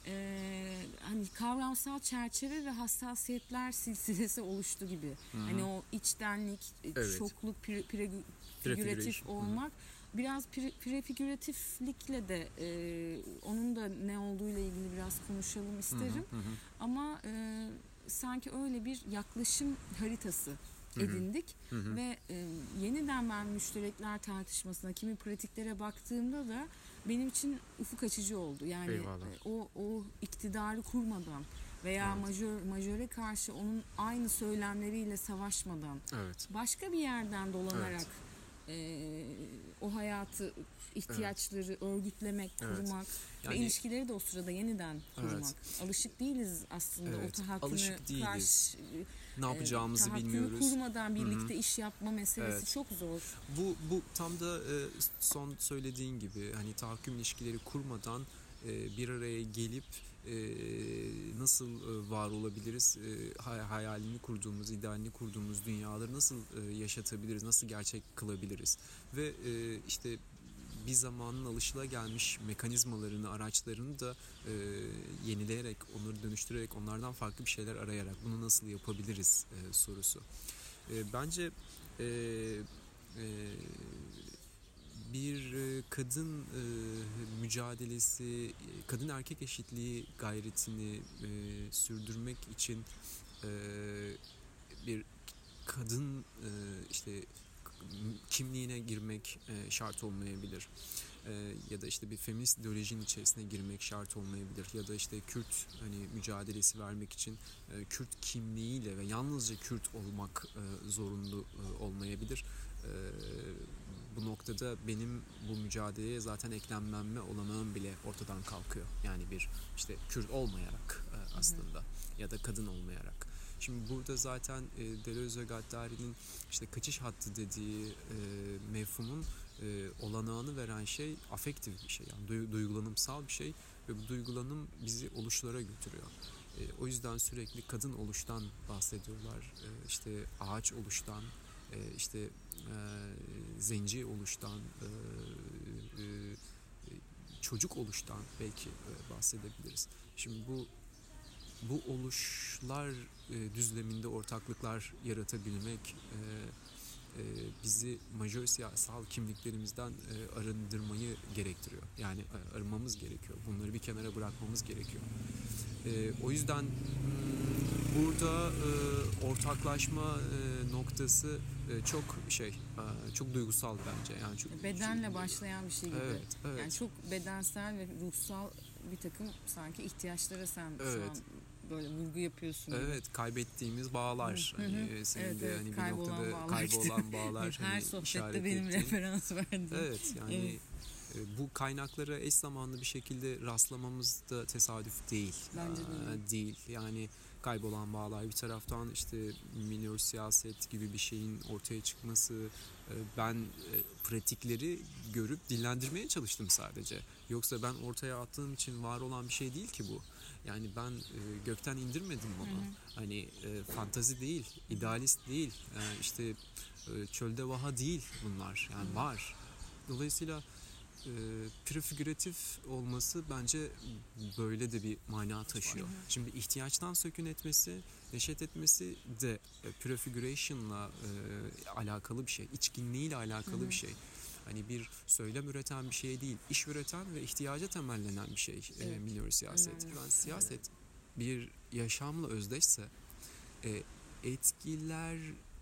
e, hani kavramsal çerçeve ve hassasiyetler silsilesi oluştu gibi. Hı hı. Hani o içtenlik, e, Evet. çokluk, pre, pre, Prefiguration. figüratif Hı hı. olmak. Biraz pre, prefigüratiflikle de e, onun da ne olduğuyla ilgili biraz konuşalım isterim. Hı hı. Hı hı. Ama e, sanki öyle bir yaklaşım haritası Hı hı. edindik. Hı hı. Ve e, yeniden ben müşterekler tartışmasına, kimi pratiklere baktığımda da benim için ufuk açıcı oldu. Yani Eyvallah. e, o o iktidarı kurmadan veya Evet. majör majöre karşı onun aynı söylemleriyle savaşmadan Evet. başka bir yerden dolanarak e, o hayatı, ihtiyaçları örgütlemek, Evet. kurmak Yani- ve ilişkileri de o sırada yeniden kurmak. Evet. Alışık değiliz aslında Evet, o tahakkümü alışık değiliz. karşı, Ne yapacağımızı e, tahakkümü bilmiyoruz. kurmadan birlikte iş yapma meselesi Evet. çok zor. Bu bu tam da e, son söylediğin gibi hani tahakküm ilişkileri kurmadan e, bir araya gelip e, nasıl e, var olabiliriz, e, hay- hayalini kurduğumuz, idealini kurduğumuz dünyaları nasıl e, yaşatabiliriz, nasıl gerçek kılabiliriz ve e, işte bir zamanın alışılagelmiş mekanizmalarını, araçlarını da e, yenileyerek, onları dönüştürerek, onlardan farklı bir şeyler arayarak bunu nasıl yapabiliriz e, sorusu. E, bence e, e, bir e, kadın e, mücadelesi, e, kadın erkek eşitliği gayretini e, sürdürmek için e, bir kadın e, işte kimliğine girmek e, şart olmayabilir. E, ya da işte bir feminist ideolojinin içerisine girmek şart olmayabilir. Ya da işte Kürt hani mücadelesi vermek için e, Kürt kimliğiyle ve yalnızca Kürt olmak e, zorunlu e, olmayabilir. E, bu noktada benim bu mücadeleye zaten eklenmeme olanağım bile ortadan kalkıyor. Yani bir işte Kürt olmayarak e, aslında ya da kadın olmayarak. Şimdi burada zaten e, Deleuze ve Gattari'nin işte kaçış hattı dediği e, mefhumun e, olanağını veren şey afektif bir şey. Yani duy- duygulanımsal bir şey ve bu duygulanım bizi oluşlara götürüyor. E, o yüzden sürekli kadın oluştan bahsediyorlar. E, işte ağaç oluştan, e, işte e, zenci oluştan, e, e, çocuk oluştan belki e, bahsedebiliriz. Şimdi bu bu oluşlar e, düzleminde ortaklıklar yaratabilmek e, e, bizi majör siyasal kimliklerimizden e, arındırmayı gerektiriyor. Yani e, arınmamız gerekiyor. Bunları bir kenara bırakmamız gerekiyor. E, o yüzden m, burada e, ortaklaşma e, noktası e, çok şey, e, çok duygusal bence. Yani çok Bedenle başlayan bir şey gibi. Evet, evet. Yani çok bedensel ve ruhsal bir takım sanki ihtiyaçlara sen Evet. şu an böyle vurgu yapıyorsun gibi. Evet, kaybettiğimiz bağlar. Hı hı. Hani senin Evet, de evet, hani bir kaybolan noktada bağlar. kaybolan bağlar. Her hani sohbette işaret benim ettiğin. referans verdiğim. Evet, yani Evet. e, bu kaynaklara eş zamanlı bir şekilde rastlamamız da tesadüf değil. Bence de Aa, değil. değil. Yani kaybolan bağlar bir taraftan işte minör siyaset gibi bir şeyin ortaya çıkması. e, Ben e, pratikleri görüp dillendirmeye çalıştım sadece. Yoksa ben ortaya attığım için var olan bir şey değil ki bu. Yani ben e, gökten indirmedim bunu. Hı hı. Hani e, fantazi değil, idealist değil, e, işte e, çölde vaha değil bunlar. Yani var. Dolayısıyla e, prefigüratif olması bence böyle de bir mana taşıyor. Şimdi ihtiyaçtan sökün etmesi, neşet etmesi de e, prefiguration'la e, alakalı bir şey, içkinliğiyle alakalı Hı hı. bir şey. Hani bir söylem üreten bir şey değil, iş üreten ve ihtiyaca temellenen bir şey e, Evet. minör siyaset. Önemli. Yani siyaset bir yaşamla özdeşse e, etkiler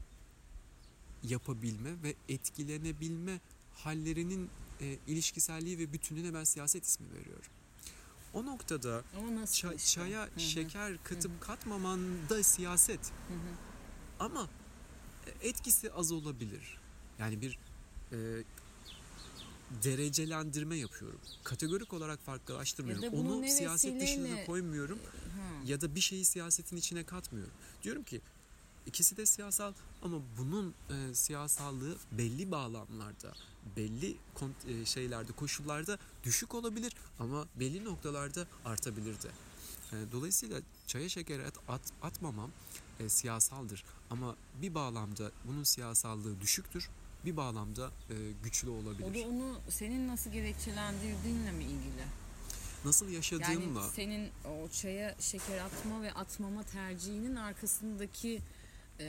yapabilme ve etkilenebilme hallerinin e, ilişkiselliği ve bütününe ben siyaset ismi veriyorum. O noktada Ama nasıl ça- işte? çaya Hı hı. şeker katıp Hı hı. katmaman da siyaset. Hı hı. Ama e, etkisi az olabilir. Yani bir e, derecelendirme yapıyorum. Kategorik olarak farklılaştırmıyorum. Ya da bunu Onu ne siyaset dışına vesileyle- koymuyorum. Ha. Ya da bir şeyi siyasetin içine katmıyorum. Diyorum ki ikisi de siyasal ama bunun e, siyasallığı belli bağlamlarda, belli kont- e, şeylerde, koşullarda düşük olabilir ama belli noktalarda artabilir de. E, dolayısıyla çaya şeker at, at, atmamam e, siyasaldır ama bir bağlamda bunun siyasallığı düşüktür, bir bağlamda e, güçlü olabilir. O da onu senin nasıl gerekçelendirdiğinle mi ilgili? Nasıl yaşadığımla. Yani senin o çaya şeker atma ve atmama tercihinin arkasındaki e,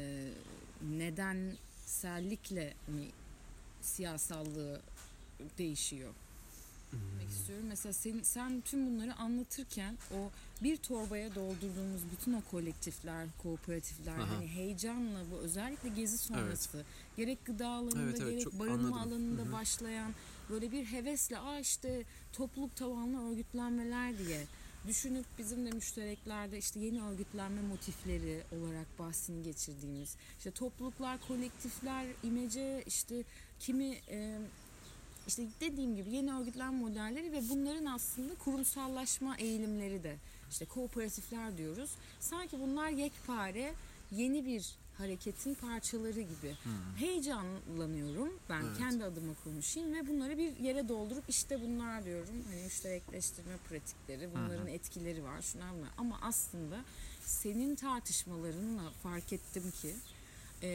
nedensellikle mi siyasallığı değişiyor? Demek istiyorum. Mesela sen, sen tüm bunları anlatırken o bir torbaya doldurduğumuz bütün o kolektifler, kooperatifler Aha. hani heyecanla bu özellikle gezi sonrası gerek gıda alanında Evet, evet, gerek çok barınma anladım. alanında Hı hı. başlayan böyle bir hevesle aa işte topluluk tabanlı örgütlenmeler diye düşünüp bizim de müştereklerde işte yeni örgütlenme motifleri olarak bahsini geçirdiğimiz işte topluluklar, kolektifler, imece işte kimi e, işte dediğim gibi yeni örgütlenme modelleri ve bunların aslında kurumsallaşma eğilimleri de, işte kooperatifler diyoruz. Sanki bunlar yekpare yeni bir hareketin parçaları gibi. Hmm. Heyecanlanıyorum ben, evet. Kendi adıma konuşayım ve bunları bir yere doldurup işte bunlar diyorum, hani müşterekleştirme pratikleri, bunların hmm. etkileri var, şunlar bunlar. Ama aslında senin tartışmalarınla fark ettim ki e,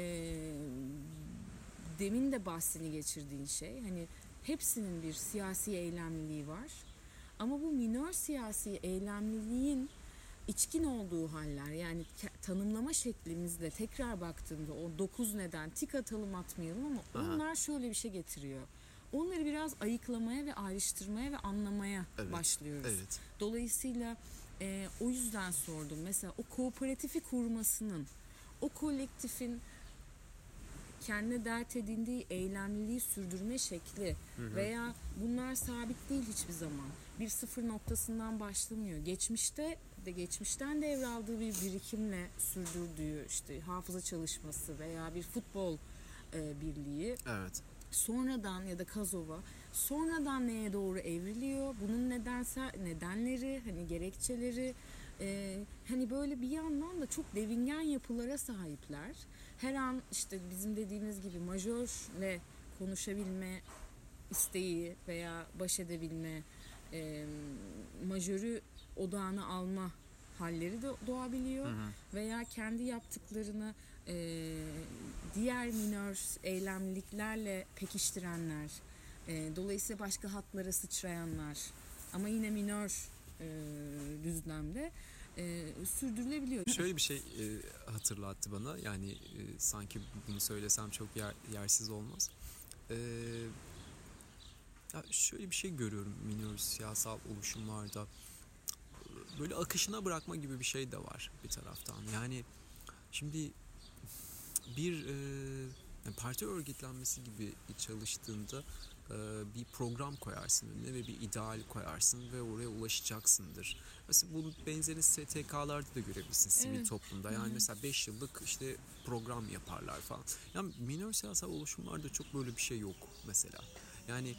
demin de bahsini geçirdiğin şey, hani hepsinin bir siyasi eylemliliği var. Ama bu minör siyasi eylemliliğin içkin olduğu haller, yani tanımlama şeklimizle tekrar baktığımda o dokuz neden tik atalım atmayalım ama Aha. onlar şöyle bir şey getiriyor. Onları biraz ayıklamaya ve ayrıştırmaya ve anlamaya evet, başlıyoruz. Evet. Dolayısıyla e, o yüzden sordum. Mesela o kooperatifi kurmasının, o kolektifin kendine dert edindiği eylemliliği sürdürme şekli hı hı. veya bunlar sabit değil hiçbir zaman. Bir sıfır noktasından başlamıyor. Geçmişte de geçmişten devraldığı bir birikimle sürdürdüğü işte hafıza çalışması veya bir futbol e, birliği. Evet. Sonradan ya da Kazova sonradan neye doğru evriliyor? Bunun nedensel nedenleri, hani gerekçeleri, e, hani böyle bir yandan da çok devingen yapılara sahipler. Her an işte bizim dediğimiz gibi majörle konuşabilme isteği veya baş edebilme, e, majörü odağına alma halleri de doğabiliyor. Hı hı. Veya kendi yaptıklarını e, diğer minör eylemliliklerle pekiştirenler, e, dolayısıyla başka hatlara sıçrayanlar ama yine minör e, düzlemde e, sürdürülebiliyor. Şöyle bir şey e, hatırlattı bana, yani e, sanki bunu söylesem çok yer, yersiz olmaz. E, ya şöyle bir şey görüyorum minör siyasal oluşumlarda. Böyle akışına bırakma gibi bir şey de var bir taraftan. Yani şimdi bir e, yani parti örgütlenmesi gibi çalıştığında e, bir program koyarsın önüne ve bir ideal koyarsın ve oraya ulaşacaksındır. Mesela bunun benzerini S T K'larda da görebilirsin, sivil evet. toplumda. Yani Hı-hı. mesela beş yıllık işte program yaparlar falan. Yani minör siyasal oluşumlarda çok böyle bir şey yok mesela. Yani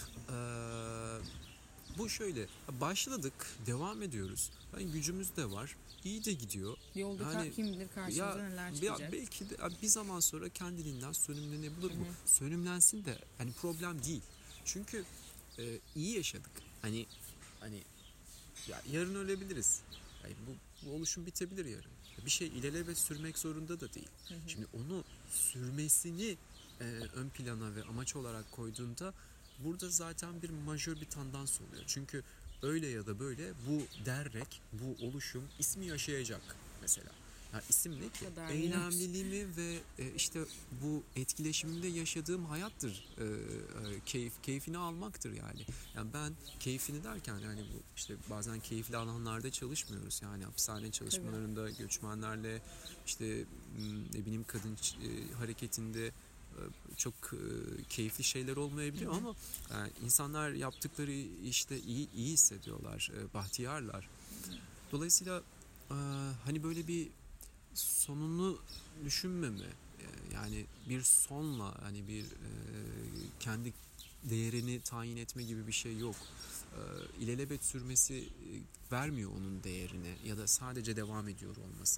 eee bu şöyle, başladık, devam ediyoruz. Yani gücümüz de var, iyi de gidiyor. Yolda yani, kim bilir karşımıza ya, neler çıkacak. Ya belki de bir zaman sonra kendiliğinden sönümlenebilir bu. Sönümlensin de hani problem değil. Çünkü e, iyi yaşadık. Hani hani ya yarın ölebiliriz. Yani bu, bu oluşum bitebilir yarın. Bir şey ilelebet sürmek zorunda da değil. Hı hı. Şimdi onu sürmesini e, ön plana ve amaç olarak koyduğunda burada zaten bir majör bir tendans oluyor. Çünkü öyle ya da böyle bu dernek, bu oluşum ismi yaşayacak mesela. Yani isim ne ki? Eylemliliğimi ve e, işte bu etkileşimimde yaşadığım hayattır. E, e, keyif, keyfini almaktır yani. Yani ben keyfini derken yani bu işte bazen keyifli alanlarda çalışmıyoruz. Yani hapishane çalışmalarında evet. göçmenlerle işte ne bileyim kadın e, hareketinde çok e, keyifli şeyler olmayabiliyor, Hı-hı. ama yani insanlar yaptıkları işte iyi iyi hissediyorlar, e, bahtiyarlar. Hı-hı. Dolayısıyla e, hani böyle bir sonunu düşünmeme, e, yani bir sonla hani bir e, kendi değerini tayin etme gibi bir şey yok. E, ilelebet sürmesi e, vermiyor onun değerini ya da sadece devam ediyor olması.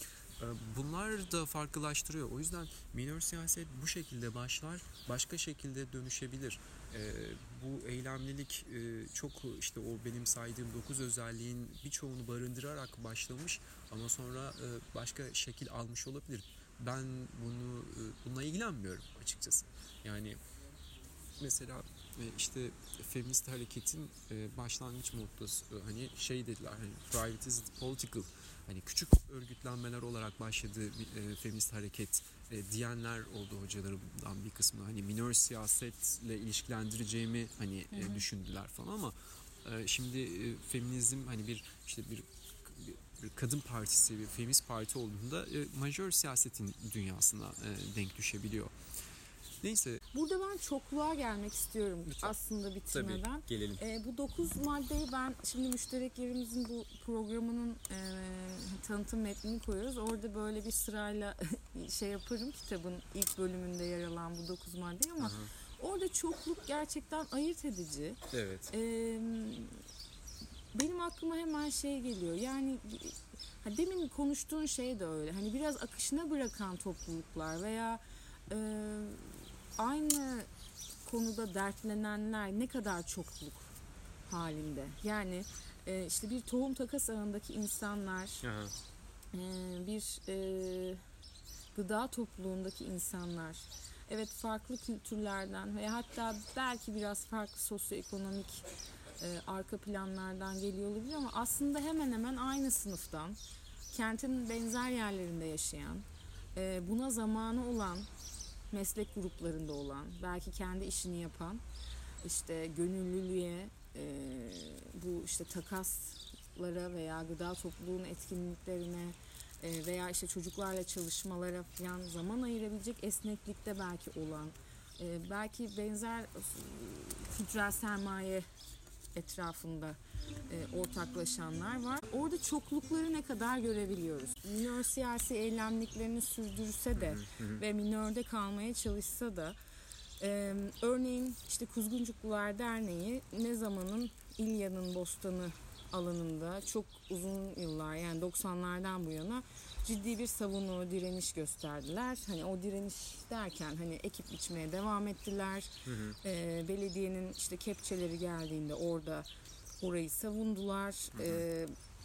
Bunlar da farklılaştırıyor. O yüzden minör siyaset bu şekilde başlar, başka şekilde dönüşebilir. Ee, bu eylemlilik e, çok işte o benim saydığım dokuz özelliğin birçoğunu barındırarak başlamış ama sonra e, başka şekil almış olabilir. Ben bunu e, bununla ilgilenmiyorum açıkçası. Yani mesela işte feminist hareketin başlangıç mottosu hani şey dediler, hani private is political, hani küçük örgütlenmeler olarak başladığı bir, e, feminist hareket e, diyenler oldu hocalarımdan bir kısmı. Hani minör siyasetle ilişkilendireceğimi hani e, düşündüler falan ama e, şimdi e, feminizm hani bir işte bir, bir, bir kadın partisi, bir feminist parti olduğunda e, majör siyasetin dünyasına e, denk düşebiliyor. Neyse. Burada ben çokluğa gelmek istiyorum Lütfen. aslında bitirmeden. Tabii, gelelim. E, bu dokuz maddeyi ben şimdi müşterek yerimizin bu programının e, tanıtım metnini koyuyoruz. Orada böyle bir sırayla şey yaparım, kitabın ilk bölümünde yer alan bu dokuz maddeyi ama Aha. orada çokluk gerçekten ayırt edici. Evet. E, benim aklıma hemen şey geliyor. Yani demin konuştuğun şey de öyle. Hani biraz akışına bırakan topluluklar veya e, aynı konuda dertlenenler ne kadar çokluk halinde. Yani e, işte bir tohum takas ağındaki insanlar, e, bir e, gıda topluluğundaki insanlar, evet farklı kültürlerden ve hatta belki biraz farklı sosyoekonomik e, arka planlardan geliyor olabilir ama aslında hemen hemen aynı sınıftan, kentin benzer yerlerinde yaşayan, e, buna zamanı olan, meslek gruplarında olan, belki kendi işini yapan, işte gönüllülüğe, e, bu işte takaslara veya gıda topluluğunun etkinliklerine e, veya işte çocuklarla çalışmalara falan zaman ayırabilecek esneklikte belki olan, e, belki benzer kültürel sermaye etrafında e, ortaklaşanlar var. Orada çoklukları ne kadar görebiliyoruz. Minör siyasi eylemliklerini sürdürse de hı hı. ve minörde kalmaya çalışsa da e, örneğin işte Kuzguncuklular Derneği ne zamanın İlya'nın Bostanı alanında çok uzun yıllar, yani doksanlardan bu yana ciddi bir savunma, direniş gösterdiler. Hani o direniş derken hani ekip biçmeye devam ettiler. Hı hı. E, belediyenin işte kepçeleri geldiğinde orada orayı savundular. Hı hı. E,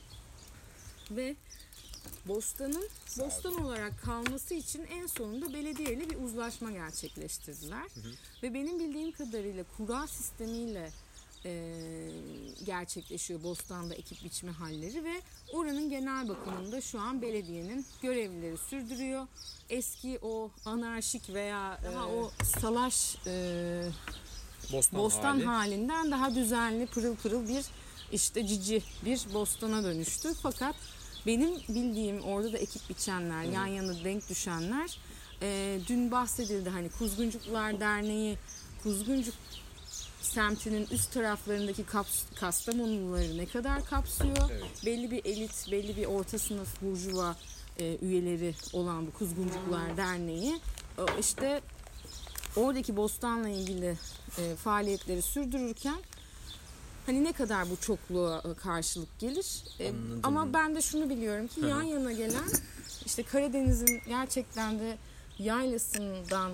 ve Bostan'ın Bostan olarak kalması için en sonunda belediyeyle bir uzlaşma gerçekleştirdiler. Hı hı. Ve benim bildiğim kadarıyla kura sistemiyle e, gerçekleşiyor Bostan'da ekip biçme halleri ve oranın genel bakımında şu an belediyenin görevlileri sürdürüyor. Eski o anarşik veya daha e, o salaş e, Bostan, Bostan hali. halinden daha düzenli, pırıl pırıl bir işte cici bir Bostan'a dönüştü. Fakat benim bildiğim orada da ekip biçenler, Hı. yan yana denk düşenler, e, dün bahsedildi hani Kuzguncuklular Derneği Kuzguncuk semtinin üst taraflarındaki kaps- Kastamonuluları ne kadar kapsıyor? Evet. Belli bir elit, belli bir orta sınıf burjuva e, üyeleri olan bu Kuzguncuklular Derneği e, işte oradaki Bostan'la ilgili e, faaliyetleri sürdürürken hani ne kadar bu çokluğa karşılık gelir? E, ama ben de şunu biliyorum ki Hı. yan yana gelen işte Karadeniz'in gerçekten de yaylasından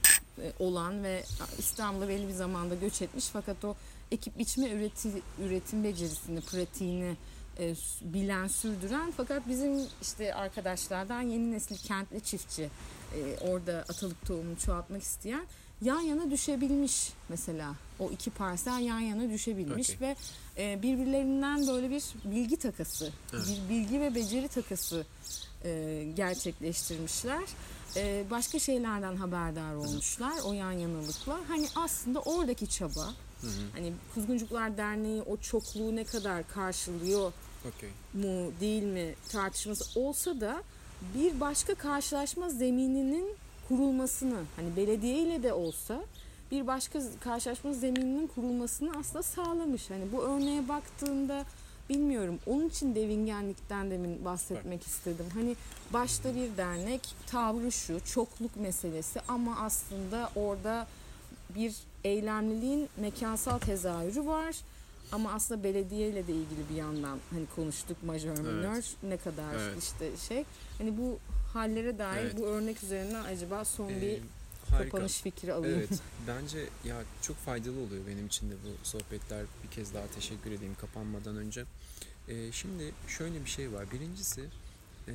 olan ve İstanbul'a belli bir zamanda göç etmiş fakat o ekip biçme üreti, üretim becerisini, pratiğini e, bilen, sürdüren fakat bizim işte arkadaşlardan yeni nesil kentli çiftçi e, orada atalık tohumunu çoğaltmak isteyen yan yana düşebilmiş mesela. O iki parsel yan yana düşebilmiş okay. ve e, birbirlerinden böyle bir bilgi takası, evet. bir bilgi ve beceri takası e, gerçekleştirmişler. Ee, başka şeylerden haberdar olmuşlar o yan yanalıkla. Hani aslında oradaki çaba, hı hı. hani Kuzguncuklar Derneği o çokluğu ne kadar karşılıyor okay. mu değil mi tartışması olsa da bir başka karşılaşma zemininin kurulmasını, hani belediye ile de olsa bir başka karşılaşma zemininin kurulmasını aslında sağlamış. Hani bu örneğe baktığında bilmiyorum. Onun için devingenlikten demin bahsetmek evet. istedim. Hani başta bir dernek, tavrı şu, çokluk meselesi ama aslında orada bir eylemliliğin mekansal tezahürü var. Ama aslında belediyeyle de ilgili bir yandan hani konuştuk majör minör evet. ne kadar evet. işte şey. Hani bu hallere dair evet. bu örnek üzerinden acaba son ee, bir harika. kapanış fikri alayım. Evet. Bence ya çok faydalı oluyor benim için de bu sohbetler. Bir kez daha teşekkür edeyim kapanmadan önce. Ee, şimdi şöyle bir şey var. Birincisi e,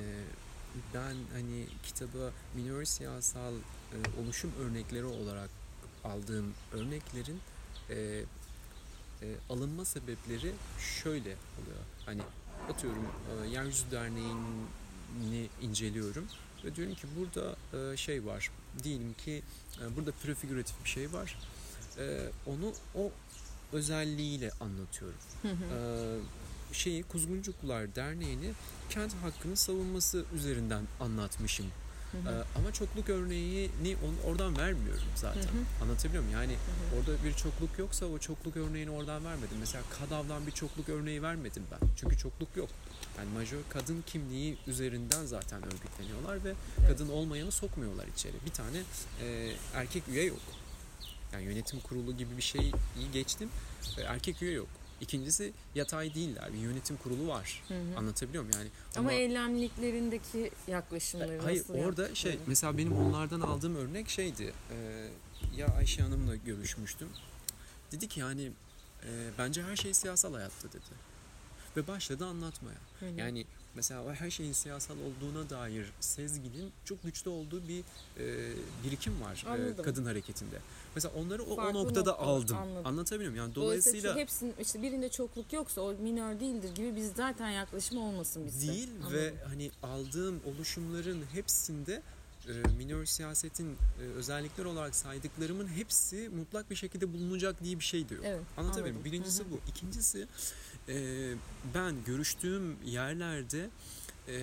ben hani kitaba minör siyasal e, oluşum örnekleri olarak aldığım örneklerin e, e, alınma sebepleri şöyle oluyor. Hani atıyorum e, Yeryüzü Derneği'ni inceliyorum ve diyorum ki burada e, şey var. Diyelim ki e, burada prefigüratif bir şey var. E, onu o özelliğiyle anlatıyorum. Hı hı. E, şeyi Kuzguncuklular Derneği'ni kent hakkının savunması üzerinden anlatmışım. Ee, ama çokluk örneğini on, oradan vermiyorum zaten. Hı hı. Anlatabiliyor muyum? Yani hı hı. orada bir çokluk yoksa o çokluk örneğini oradan vermedim. Mesela Kadav'dan bir çokluk örneği vermedim ben. Çünkü çokluk yok. Yani majör kadın kimliği üzerinden zaten örgütleniyorlar ve evet. kadın olmayanı sokmuyorlar içeri. Bir tane e, erkek üye yok. Yani yönetim kurulu gibi bir şeyi geçtim. E, erkek üye yok. İkincisi yatay değiller. Bir yönetim kurulu var. Hı hı. Anlatabiliyor muyum? Yani ama, ama eylemliklerindeki yaklaşımları hayır, nasıl orada yaptıkları? şey mesela benim onlardan aldığım örnek şeydi. E, ya Ayşe Hanım'la görüşmüştüm. Dedi ki yani e, bence her şey siyasal hayatta dedi. Ve başladı anlatmaya. Hı hı. Yani mesela her şeyin siyasal olduğuna dair sezginin çok güçlü olduğu bir e, birikim var e, kadın hareketinde. Mesela onları o, o noktada nokta, aldım. Anladım. Anlatabiliyor muyum? Yani dolayısıyla, dolayısıyla hepsinin işte birinde çokluk yoksa o minör değildir gibi biz zaten yaklaşım olmasın bizde. Değil anladım. Ve hani aldığım oluşumların hepsinde e, minör siyasetin e, özellikler olarak saydıklarımın hepsi mutlak bir şekilde bulunacak diye bir şey de yok. Evet, anlatabiliyor muyum? Birincisi hı hı. bu. İkincisi Ee, ben görüştüğüm yerlerde e,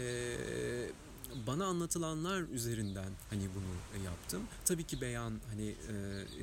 bana anlatılanlar üzerinden hani bunu yaptım. Tabii ki beyan hani e,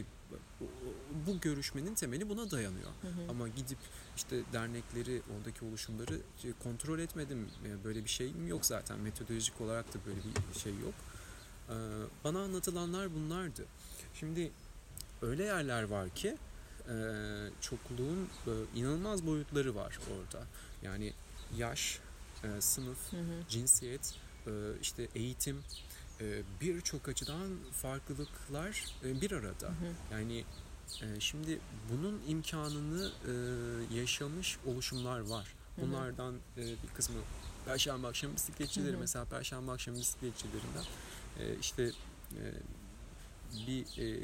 bu görüşmenin temeli buna dayanıyor. Hı hı. Ama gidip işte dernekleri, oradaki oluşumları kontrol etmedim. Böyle bir şeyim yok zaten. Metodolojik olarak da böyle bir şey yok. Ee, bana anlatılanlar bunlardı. Şimdi öyle yerler var ki Ee, çokluğun e, inanılmaz boyutları var orada. Yani yaş, e, sınıf, hı hı. cinsiyet, e, işte eğitim, e, birçok açıdan farklılıklar e, bir arada. Hı hı. Yani e, şimdi bunun imkanını e, yaşamış oluşumlar var. Bunlardan e, bir kısmı Perşembe akşamı bisikletçileri, hı hı. mesela Perşembe akşamı bisikletçilerinden e, işte e, bir e,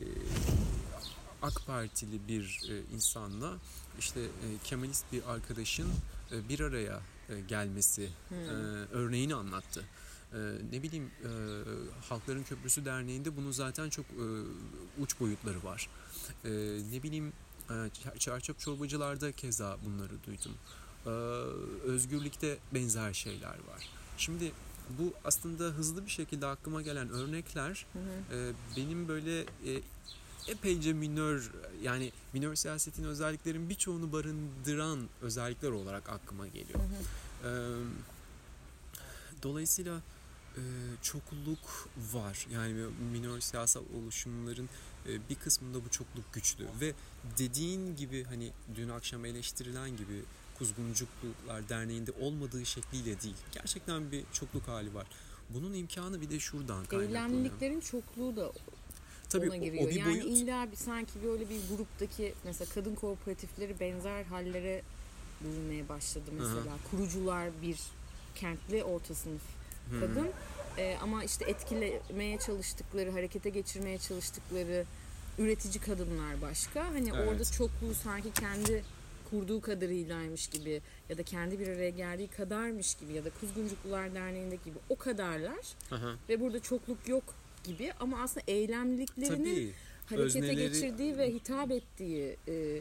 AK Partili bir e, insanla işte e, Kemalist bir arkadaşın e, bir araya e, gelmesi hmm. e, örneğini anlattı. E, ne bileyim e, Halkların Köprüsü Derneği'nde bunun zaten çok e, uç boyutları var. E, ne bileyim e, Çarçöp Çorbacılar'da keza bunları duydum. E, Özgürlük'te benzer şeyler var. Şimdi bu aslında hızlı bir şekilde aklıma gelen örnekler hı hı. E, benim böyle e, epeyce minör, yani minör siyasetin özelliklerin birçoğunu barındıran özellikler olarak aklıma geliyor. Hı hı. Ee, dolayısıyla e, çokluk var. Yani minör siyasal oluşumların e, bir kısmında bu çokluk güçlü ve dediğin gibi hani dün akşam eleştirilen gibi Kuzguncuklular Derneği'nde olmadığı şekliyle değil. Gerçekten bir çokluk hali var. Bunun imkanı bir de şuradan kaynaklanıyor. Eylemliliklerin çokluğu da Tabii ona giriyor. O, o bir yani boyut. illa bir, sanki böyle bir gruptaki mesela kadın kooperatifleri benzer hallere bulunmaya başladı mesela. Hı-hı. Kurucular bir kentli orta sınıf kadın ee, ama işte etkilemeye çalıştıkları, harekete geçirmeye çalıştıkları üretici kadınlar başka. Hani evet. orada çokluğu sanki kendi kurduğu kadarıylaymış gibi ya da kendi bir araya geldiği kadarmış gibi ya da Kuzguncuklular Derneği'ndeki gibi o kadarlar. Hı-hı. Ve burada çokluk yok gibi ama aslında eylemliklerinin Tabii, harekete özneleri... geçirdiği ve hitap ettiği e,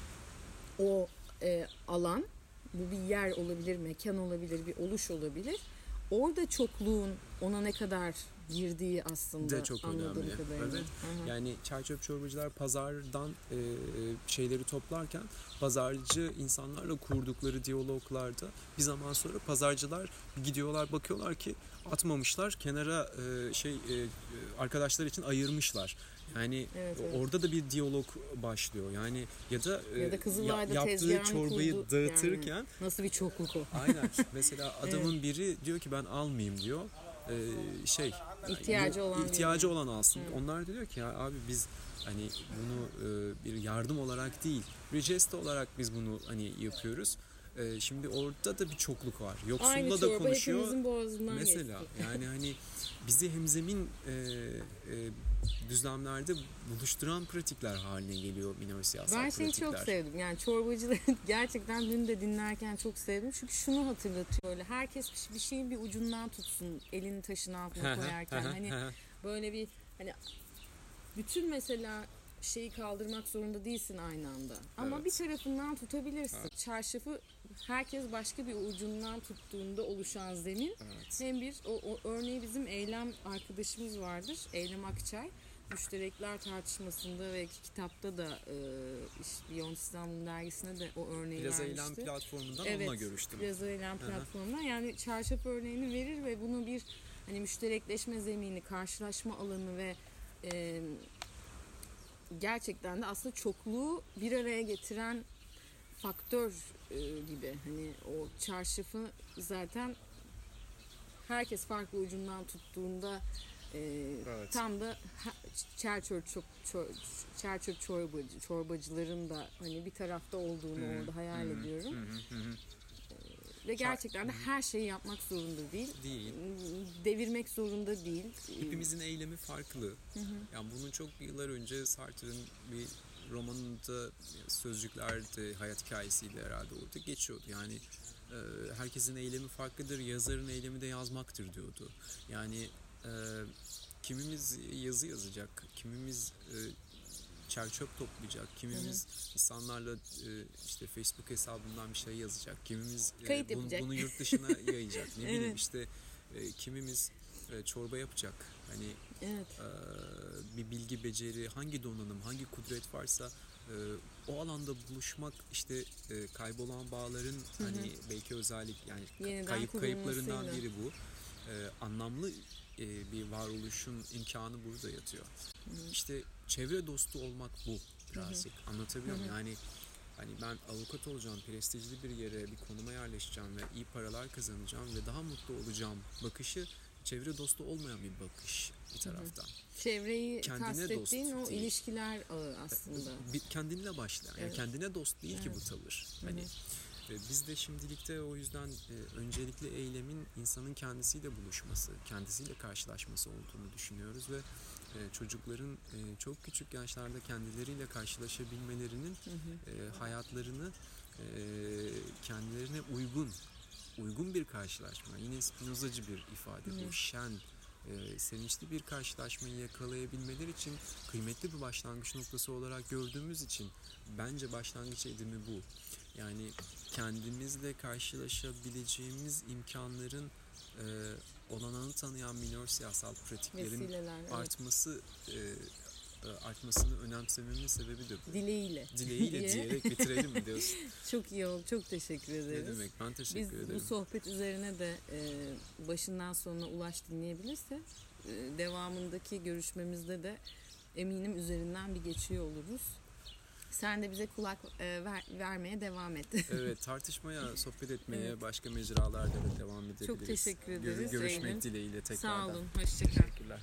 o e, alan, bu bir yer olabilir, mekan olabilir, bir oluş olabilir. Orada çokluğun ona ne kadar girdiği aslında de çok anladığım önemli. Kadarıyla. Evet. Hı-hı. Yani Çarçöp Çorbacılar pazardan e, şeyleri toplarken pazarcı insanlarla kurdukları diyaloglarda bir zaman sonra pazarcılar gidiyorlar, bakıyorlar ki atmamışlar, kenara e, şey e, arkadaşlar için ayırmışlar. Yani evet, evet. orada da bir diyalog başlıyor. Yani ya da, ya da ya, yaptığı çorbayı kurdu, dağıtırken yani nasıl bir çokluk o? Aynen. Mesela adamın evet. biri diyor ki ben almayayım diyor. Ee, şey ihtiyacı bu, olan ihtiyacı olan alsın. Hı. Onlar da diyor ki ya abi biz hani bunu e, bir yardım olarak değil, bir jest olarak biz bunu hani yapıyoruz. E, şimdi orada da bir çokluk var. Yoksulla da konuşuyor. Mesela geçti. yani hani bizi hemzemin e, e, düzlemlerde buluşturan pratikler haline geliyor minör siyasal ben pratikler. Ben şeyi çok sevdim. Yani çorbacıları gerçekten dün de dinlerken çok sevdim. Çünkü şunu hatırlatıyor. Öyle herkes bir şeyin bir ucundan tutsun. Elini taşın altına koyarken. hani böyle bir hani bütün mesela şeyi kaldırmak zorunda değilsin aynı anda. Ama evet. bir tarafından tutabilirsin. Evet. Çarşafı herkes başka bir ucundan tuttuğunda oluşan zemin. Evet. Hem bir o, o örneği bizim Eylem arkadaşımız vardır. Eylem Akçay. Müşterekler tartışmasında ve kitapta da e, işte Beyond İstanbul dergisine de o örneği Biraz vermişti. Eylem platformundan Evet, onunla görüştüm. Biraz Eylem platformundan. Yani çarşaf örneğini verir ve bunu bir hani müşterekleşme zemini, karşılaşma alanı ve e, gerçekten de aslında çokluğu bir araya getiren faktör e, gibi. Hani o çarşafı zaten herkes farklı ucundan tuttuğunda e, Evet. tam da çerçöp çok çerçöp çorbacı çorbacıların da hani bir tarafta olduğunu Hı-hı. orada hayal Hı-hı. ediyorum. Hı-hı. Hı-hı. Ve gerçekten de her şeyi yapmak zorunda değil. Değil. Devirmek zorunda değil. Hepimizin eylemi farklı. Hı hı. Yani bunu çok yıllar önce Sartre'ın bir romanında sözcüklerdi, hayat hikayesiyle herhalde orada geçiyordu. Yani e, herkesin eylemi farklıdır, yazarın eylemi de yazmaktır diyordu. Yani e, kimimiz yazı yazacak, kimimiz e, çerçöp toplayacak, kimimiz hı hı. insanlarla e, işte Facebook hesabından bir şey yazacak, kimimiz e, bunu, bunu yurt dışına yayacak, ne bileyim evet. işte e, kimimiz e, çorba yapacak. Hani evet. e, bir bilgi, beceri, hangi donanım, hangi kudret varsa e, o alanda buluşmak işte e, kaybolan bağların hı hı. hani belki özellik yani yeniden kayıp kayıplarından biri bu. E, anlamlı e, bir varoluşun imkanı burada yatıyor. Hı hı. İşte çevre dostu olmak bu birazcık. Hı hı. Anlatabiliyor muyum? Yani hani ben avukat olacağım, prestijli bir yere, bir konuma yerleşeceğim ve iyi paralar kazanacağım ve daha mutlu olacağım bakışı çevre dostu olmayan bir bakış bir taraftan. Hı hı. Çevreyi kastettiğin o değil. İlişkiler ağı aslında. Bir, kendinle başlayan, yani evet. kendine dost değil evet. ki bu tavır. Hı hı. Hani biz de şimdilikte o yüzden e, öncelikli eylemin insanın kendisiyle buluşması, kendisiyle karşılaşması olduğunu düşünüyoruz ve e, çocukların e, çok küçük yaşlarda kendileriyle karşılaşabilmelerinin hı hı. E, hayatlarını e, kendilerine uygun, uygun bir karşılaşma. Yine Spinozacı bir ifade hı. bu, şen, e, sevinçli bir karşılaşmayı yakalayabilmeleri için kıymetli bir başlangıç noktası olarak gördüğümüz için bence başlangıç edimi bu. Yani kendimizle karşılaşabileceğimiz imkanların e, olanağını tanıyan minör siyasal pratiklerin Vesileler, artması evet. e, artmasını önemsememin sebebi de bu. Dileğiyle. Dileğiyle diyerek bitirelim mi diyorsun? Çok iyi oldu. Çok teşekkür ederiz. Ne demek? Ben teşekkür Biz ederim. Biz bu sohbet üzerine de e, başından sonuna Ulaş dinleyebilirse e, devamındaki görüşmemizde de eminim üzerinden bir geçiyor oluruz. Sen de bize kulak e, ver, vermeye devam et. Evet, tartışmaya, sohbet etmeye evet. başka mecralarda da devam edebiliriz. Çok teşekkür ederiz. Gör, görüşmek dileğiyle tekrardan. Sağ olun, hoşça kal. Teşekkürler.